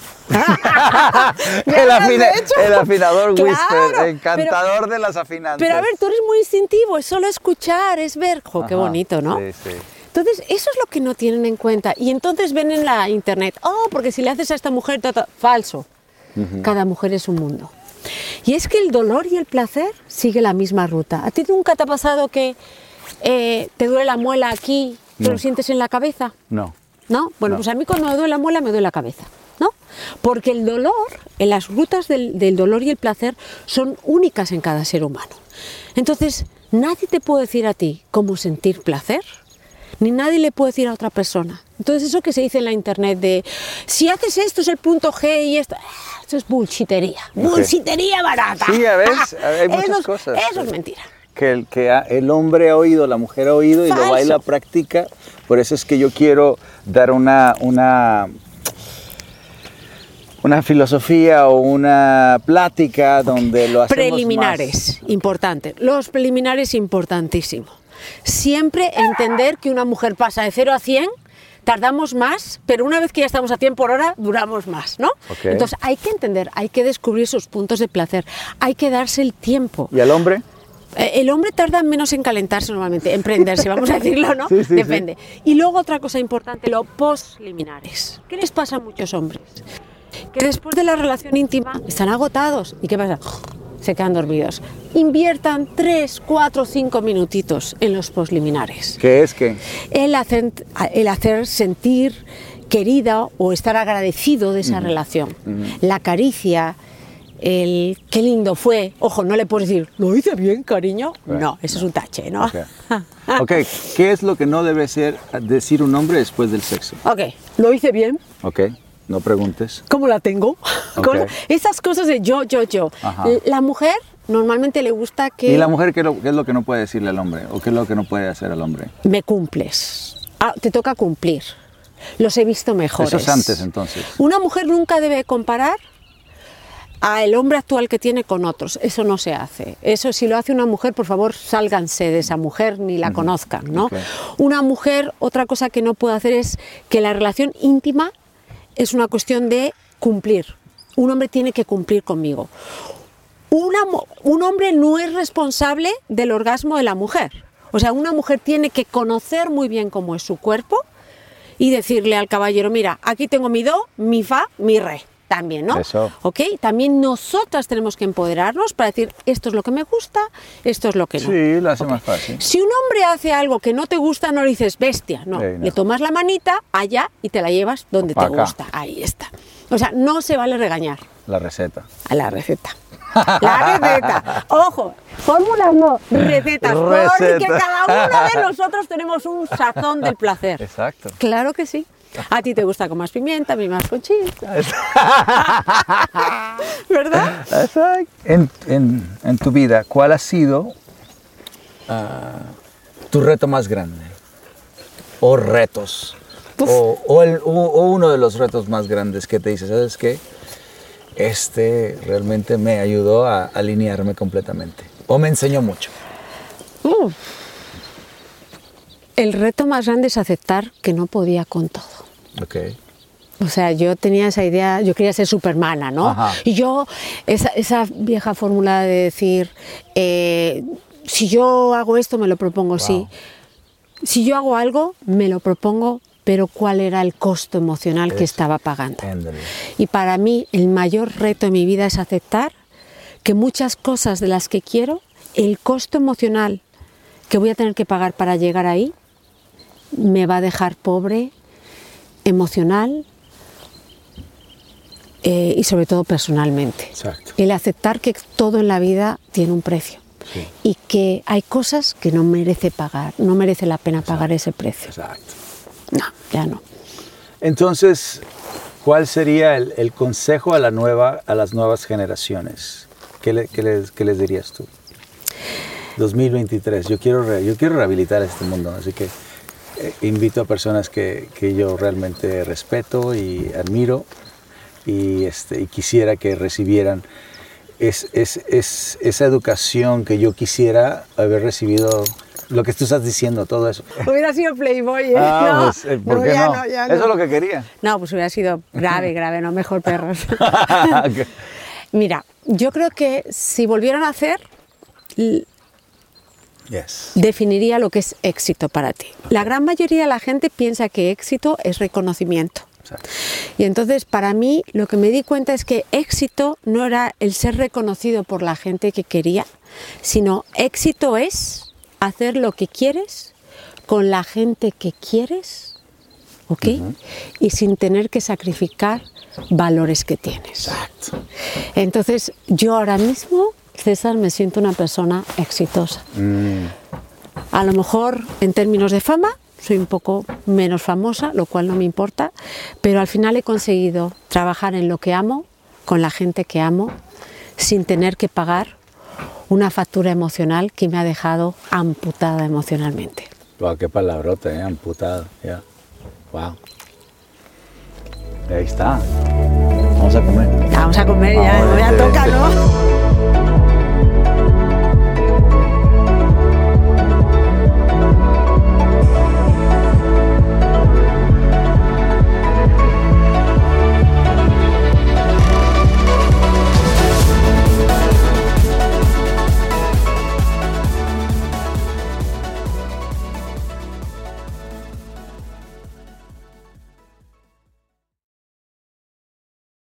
Speaker 2: el, afina, hecho. el afinador
Speaker 1: claro,
Speaker 2: whisper, encantador
Speaker 1: pero,
Speaker 2: de las afinantes.
Speaker 1: Pero a ver, tú eres muy instintivo, es solo escuchar, es ver. Jo, qué bonito, ¿no?
Speaker 2: Sí, sí.
Speaker 1: Entonces, eso es lo que no tienen en cuenta. Y entonces ven en la internet, oh, porque si le haces a esta mujer, ta, ta. Falso. Uh-huh. Cada mujer es un mundo. Y es que el dolor y el placer sigue la misma ruta. ¿A ti nunca te ha pasado que eh, te duele la muela aquí, te no. lo sientes en la cabeza?
Speaker 2: No.
Speaker 1: ¿No? Bueno, no. pues a mí cuando me duele la muela me duele la cabeza, ¿no? Porque el dolor, en las rutas del, del dolor y el placer son únicas en cada ser humano. Entonces, nadie te puede decir a ti cómo sentir placer, ni nadie le puede decir a otra persona. Entonces, eso que se dice en la internet de si haces esto es el punto G y esto, eso es bullshitería, okay. bullshitería barata.
Speaker 2: Sí, a veces hay muchas
Speaker 1: eso es,
Speaker 2: cosas.
Speaker 1: Eso es mentira.
Speaker 2: Que el, que el hombre ha oído, la mujer ha oído y Falso. Lo baila, practica. Por eso es que yo quiero dar una, una, una filosofía o una plática donde lo hacemos
Speaker 1: preliminares,
Speaker 2: más...
Speaker 1: importante. Los preliminares, importantísimo. Siempre entender que una mujer pasa de cero a cien, tardamos más, pero una vez que ya estamos a cien por hora, duramos más, ¿no?
Speaker 2: Okay.
Speaker 1: Entonces hay que entender, hay que descubrir sus puntos de placer, hay que darse el tiempo.
Speaker 2: ¿Y al hombre?
Speaker 1: El hombre tarda menos en calentarse normalmente, en prenderse, vamos a decirlo, ¿no?
Speaker 2: Sí, sí,
Speaker 1: Depende. Sí. Y luego otra cosa importante, los postliminares. ¿Qué les pasa a muchos hombres? Que después de la relación íntima están agotados. ¿Y qué pasa? Se quedan dormidos. Inviertan tres, cuatro, cinco minutitos en los postliminares.
Speaker 2: ¿Qué es qué?
Speaker 1: El hacer, el hacer sentir querida o estar agradecido de esa uh-huh. relación. Uh-huh. La caricia, el qué lindo fue. Ojo, no le puedes decir, ¿lo hice bien, cariño? Right. No, eso no. es un tache, ¿no?
Speaker 2: Okay. ok, ¿qué es lo que no debe ser decir un hombre después del sexo?
Speaker 1: Ok, ¿lo hice bien?
Speaker 2: Ok, no preguntes.
Speaker 1: ¿Cómo la tengo?
Speaker 2: Okay.
Speaker 1: Esas cosas de yo, yo, yo.
Speaker 2: Ajá.
Speaker 1: La mujer normalmente le gusta que...
Speaker 2: ¿Y la mujer qué, lo, qué es lo que no puede decirle al hombre? ¿O qué es lo que no puede hacer al hombre?
Speaker 1: Me cumples. Ah, te toca cumplir. Los he visto mejores.
Speaker 2: Eso es antes, entonces.
Speaker 1: Una mujer nunca debe comparar al hombre actual que tiene con otros. Eso no se hace. Eso, si lo hace una mujer, por favor, sálganse de esa mujer, ni la uh-huh. conozcan, ¿no? Okay. Una mujer, otra cosa que no puede hacer es que la relación íntima es una cuestión de cumplir. Un hombre tiene que cumplir conmigo. Una, un hombre no es responsable del orgasmo de la mujer. O sea, una mujer tiene que conocer muy bien cómo es su cuerpo y decirle al caballero, mira, aquí tengo mi do, mi fa, mi re. También, ¿no?
Speaker 2: Eso.
Speaker 1: ¿Ok? También nosotras tenemos que empoderarnos para decir, esto es lo que me gusta, esto es lo que no.
Speaker 2: Sí, lo hace
Speaker 1: okay.
Speaker 2: más fácil.
Speaker 1: Si un hombre hace algo que no te gusta, no le dices, bestia, no. Sí, no. Le tomas la manita allá y te la llevas donde te
Speaker 2: acá.
Speaker 1: gusta. Ahí está. O sea, no se vale regañar.
Speaker 2: La receta.
Speaker 1: A la receta. La receta. Ojo, fórmulas no, recetas.
Speaker 2: Receta.
Speaker 1: Porque cada uno de nosotros tenemos un sazón del placer.
Speaker 2: Exacto.
Speaker 1: Claro que sí. A ti te gusta con más pimienta, a mí más con chile. ¿Verdad?
Speaker 2: Exacto. En, en, en tu vida, ¿cuál ha sido uh, tu reto más grande? O retos. O, o, el, o, o uno de los retos más grandes que te dices, ¿sabes qué? Este realmente me ayudó a alinearme completamente. O me enseñó mucho.
Speaker 1: Uh. El reto más grande es aceptar que no podía con todo.
Speaker 2: Okay.
Speaker 1: O sea, yo tenía esa idea, yo quería ser supermana, ¿no?
Speaker 2: Ajá.
Speaker 1: Y yo, esa, esa vieja fórmula de decir, eh, si yo hago esto, me lo propongo, wow. sí. Si yo hago algo, me lo propongo, pero ¿cuál era el costo emocional es, que estaba pagando? Ándale. Y para mí, el mayor reto de mi vida es aceptar que muchas cosas de las que quiero, el costo emocional que voy a tener que pagar para llegar ahí, me va a dejar pobre, emocional eh, y sobre todo personalmente.
Speaker 2: Exacto.
Speaker 1: el aceptar que todo en la vida tiene un precio.
Speaker 2: Sí.
Speaker 1: Y que hay cosas que no merece pagar, no merece la pena pagar ese precio.
Speaker 2: Exacto.
Speaker 1: No, ya no.
Speaker 2: Entonces, ¿cuál sería el, el consejo a, la nueva, a las nuevas generaciones? ¿Qué, le, qué, les, qué les dirías tú? dos mil veintitrés, yo quiero, re, yo quiero rehabilitar este mundo, así que eh, invito a personas que, que yo realmente respeto y admiro y, este, y quisiera que recibieran es, es, es, esa educación que yo quisiera haber recibido. Lo que tú estás diciendo, todo eso.
Speaker 1: Hubiera sido Playboy, ¿eh?
Speaker 2: Ah,
Speaker 1: no,
Speaker 2: pues, ¿por
Speaker 1: no,
Speaker 2: qué
Speaker 1: ya
Speaker 2: no?
Speaker 1: no ya
Speaker 2: Eso
Speaker 1: no.
Speaker 2: es lo que quería.
Speaker 1: No, pues hubiera sido grave, grave, no, mejor perros. Mira, yo creo que si volvieran a hacer,
Speaker 2: Yes.
Speaker 1: definiría lo que es éxito para ti. La gran mayoría de la gente piensa que éxito es reconocimiento.
Speaker 2: Exacto.
Speaker 1: Y entonces, para mí, lo que me di cuenta es que éxito no era el ser reconocido por la gente que quería, sino éxito es hacer lo que quieres con la gente que quieres, ¿ok? Uh-huh. Y sin tener que sacrificar valores que tienes.
Speaker 2: Exacto.
Speaker 1: Entonces, yo ahora mismo, César, me siento una persona exitosa.
Speaker 2: Mm.
Speaker 1: A lo mejor, en términos de fama, soy un poco menos famosa, lo cual no me importa, pero al final he conseguido trabajar en lo que amo, con la gente que amo, sin tener que pagar una factura emocional que me ha dejado amputada emocionalmente.
Speaker 2: Wow, qué palabrota, ¿eh? Amputada, ya. Yeah. Wow. Ahí está. Vamos a comer.
Speaker 1: Vamos a comer, ya,
Speaker 2: Ahora,
Speaker 1: ya
Speaker 2: este,
Speaker 1: toca,
Speaker 2: este.
Speaker 1: ¿no?